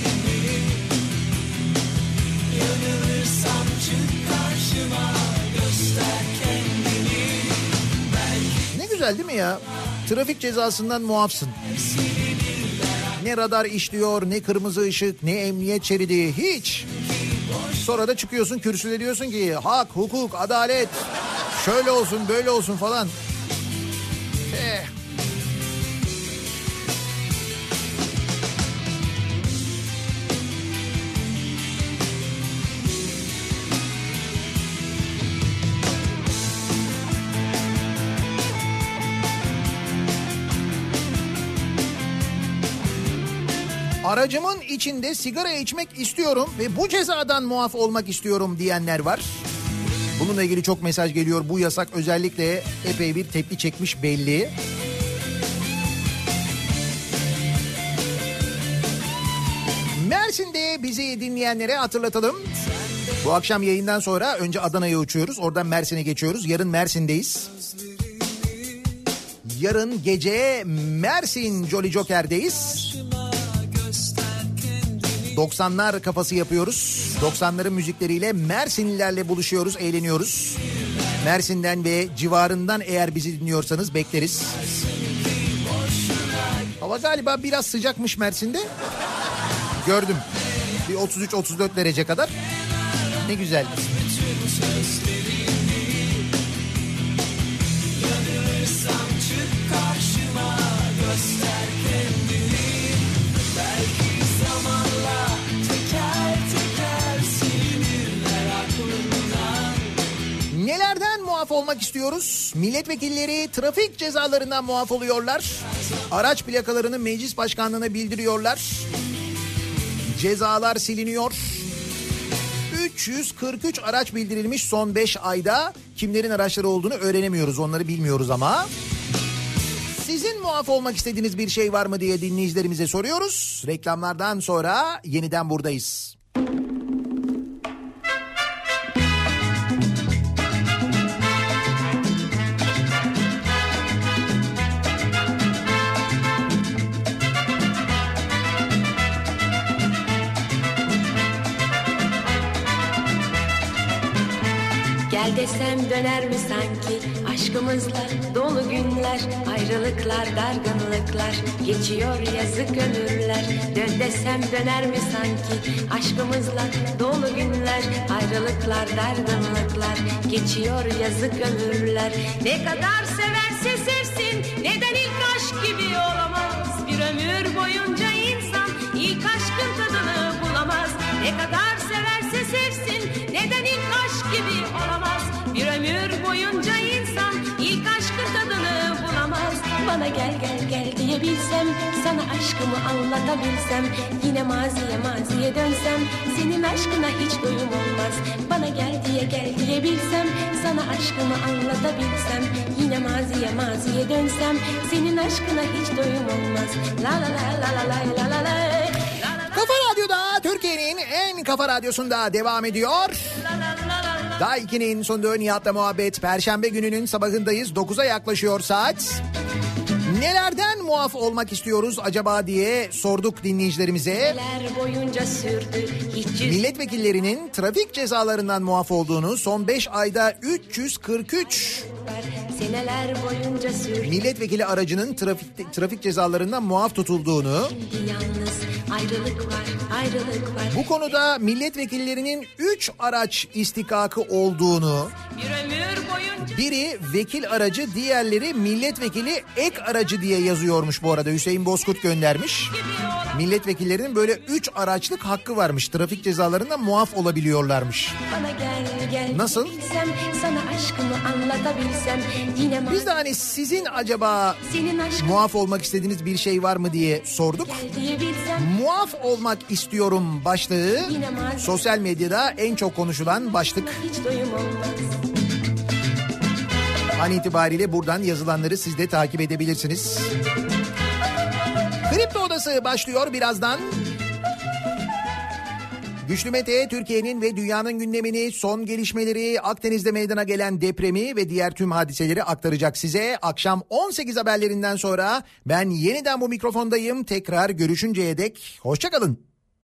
Yanılırsam çık karşıma göster kendini. Ne güzel değil mi ya? Trafik cezasından muafsın. Ne radar işliyor, ne kırmızı ışık, ne emniyet şeridi, hiç. Sonra da çıkıyorsun kürsüde diyorsun ki hak, hukuk, adalet, şöyle olsun böyle olsun falan. Eh. Aracımın içinde sigara içmek istiyorum ve bu cezadan muaf olmak istiyorum diyenler var. Bununla ilgili çok mesaj geliyor. Bu yasak özellikle epey bir tepki çekmiş belli. Mersin'de bizi dinleyenlere hatırlatalım. Bu akşam yayından sonra önce Adana'ya uçuyoruz. Oradan Mersin'e geçiyoruz. Yarın Mersin'deyiz. Yarın gece Mersin Jolly Joker'deyiz. doksanlar kafası yapıyoruz. doksanların müzikleriyle Mersinlilerle buluşuyoruz, eğleniyoruz. Mersin'den ve civarından eğer bizi dinliyorsanız bekleriz. Hava galiba biraz sıcakmış Mersin'de. Gördüm. Bir otuz üç otuz dört derece kadar. Ne güzel. Nelerden muaf olmak istiyoruz? Milletvekilleri trafik cezalarından muaf oluyorlar. Araç plakalarını meclis başkanlığına bildiriyorlar. Cezalar siliniyor. üç yüz kırk üç araç bildirilmiş son beş ayda. Kimlerin araçları olduğunu öğrenemiyoruz, onları bilmiyoruz ama. Sizin muaf olmak istediğiniz bir şey var mı diye dinleyicilerimize soruyoruz. Reklamlardan sonra yeniden buradayız. Gel desem döner mi sanki aşkımızla dolu günler, ayrılıklar, dargınlıklar, geçiyor yazık ömürler. Dön desem döner mi sanki aşkımızla dolu günler, ayrılıklar, dargınlıklar, geçiyor yazık ömürler. Ne kadar severse sevsin, neden ilk aşk gibi olamaz? Bir ömür boyunca insan ilk aşkın tadını bulamaz. Ne kadar severse sevsin, neden ilk aşk gibi olamaz? Bir ömür boyunca insan ilk aşkın tadını bulamaz. Bana gel gel gel diyebilsem, sana aşkımı anlatabilsem, yine maziye maziye dönsem, senin aşkına hiç doyum olmaz. Bana gel diye gel diyebilsem, sana aşkımı anlatabilsem, yine maziye maziye dönsem, senin aşkına hiç doyum olmaz. La la la la la la la la la. Kafa Radyo'da, Türkiye'nin en kafa radyosunda devam ediyor. Daha ikinin sonunda Nihat'la muhabbet. Perşembe gününün sabahındayız. dokuza yaklaşıyor saat. Nelerden muaf olmak istiyoruz acaba diye sorduk dinleyicilerimize. Milletvekillerinin trafik cezalarından muaf olduğunu, son beş ayda üç yüz kırk üç milletvekili aracının trafik, trafik cezalarından muaf tutulduğunu, ayrılık var, ayrılık var. Bu konuda milletvekillerinin üç araç istikakı olduğunu, biri vekil aracı, diğerleri milletvekili ek aracı diye yazıyormuş bu arada. Hüseyin Bozkurt göndermiş. Milletvekillerinin böyle üç araçlık hakkı varmış. Trafik cezalarından muaf olabiliyorlarmış. Bana gel, gel nasıl? Bilsem, sana aşkımı anlatabilsem, yine biz de hani sizin acaba muaf olmak istediğiniz bir şey var mı diye sorduk. Muaf olmak istiyorum başlığı sosyal medyada en çok konuşulan başlık. Hiç doyum olmaz. An itibariyle buradan yazılanları siz de takip edebilirsiniz. Kripto Odası başlıyor birazdan. Güçlü Mete Türkiye'nin ve dünyanın gündemini, son gelişmeleri, Akdeniz'de meydana gelen depremi ve diğer tüm hadiseleri aktaracak size. Akşam on sekiz haberlerinden sonra ben yeniden bu mikrofondayım. Tekrar görüşünceye dek hoşça kalın.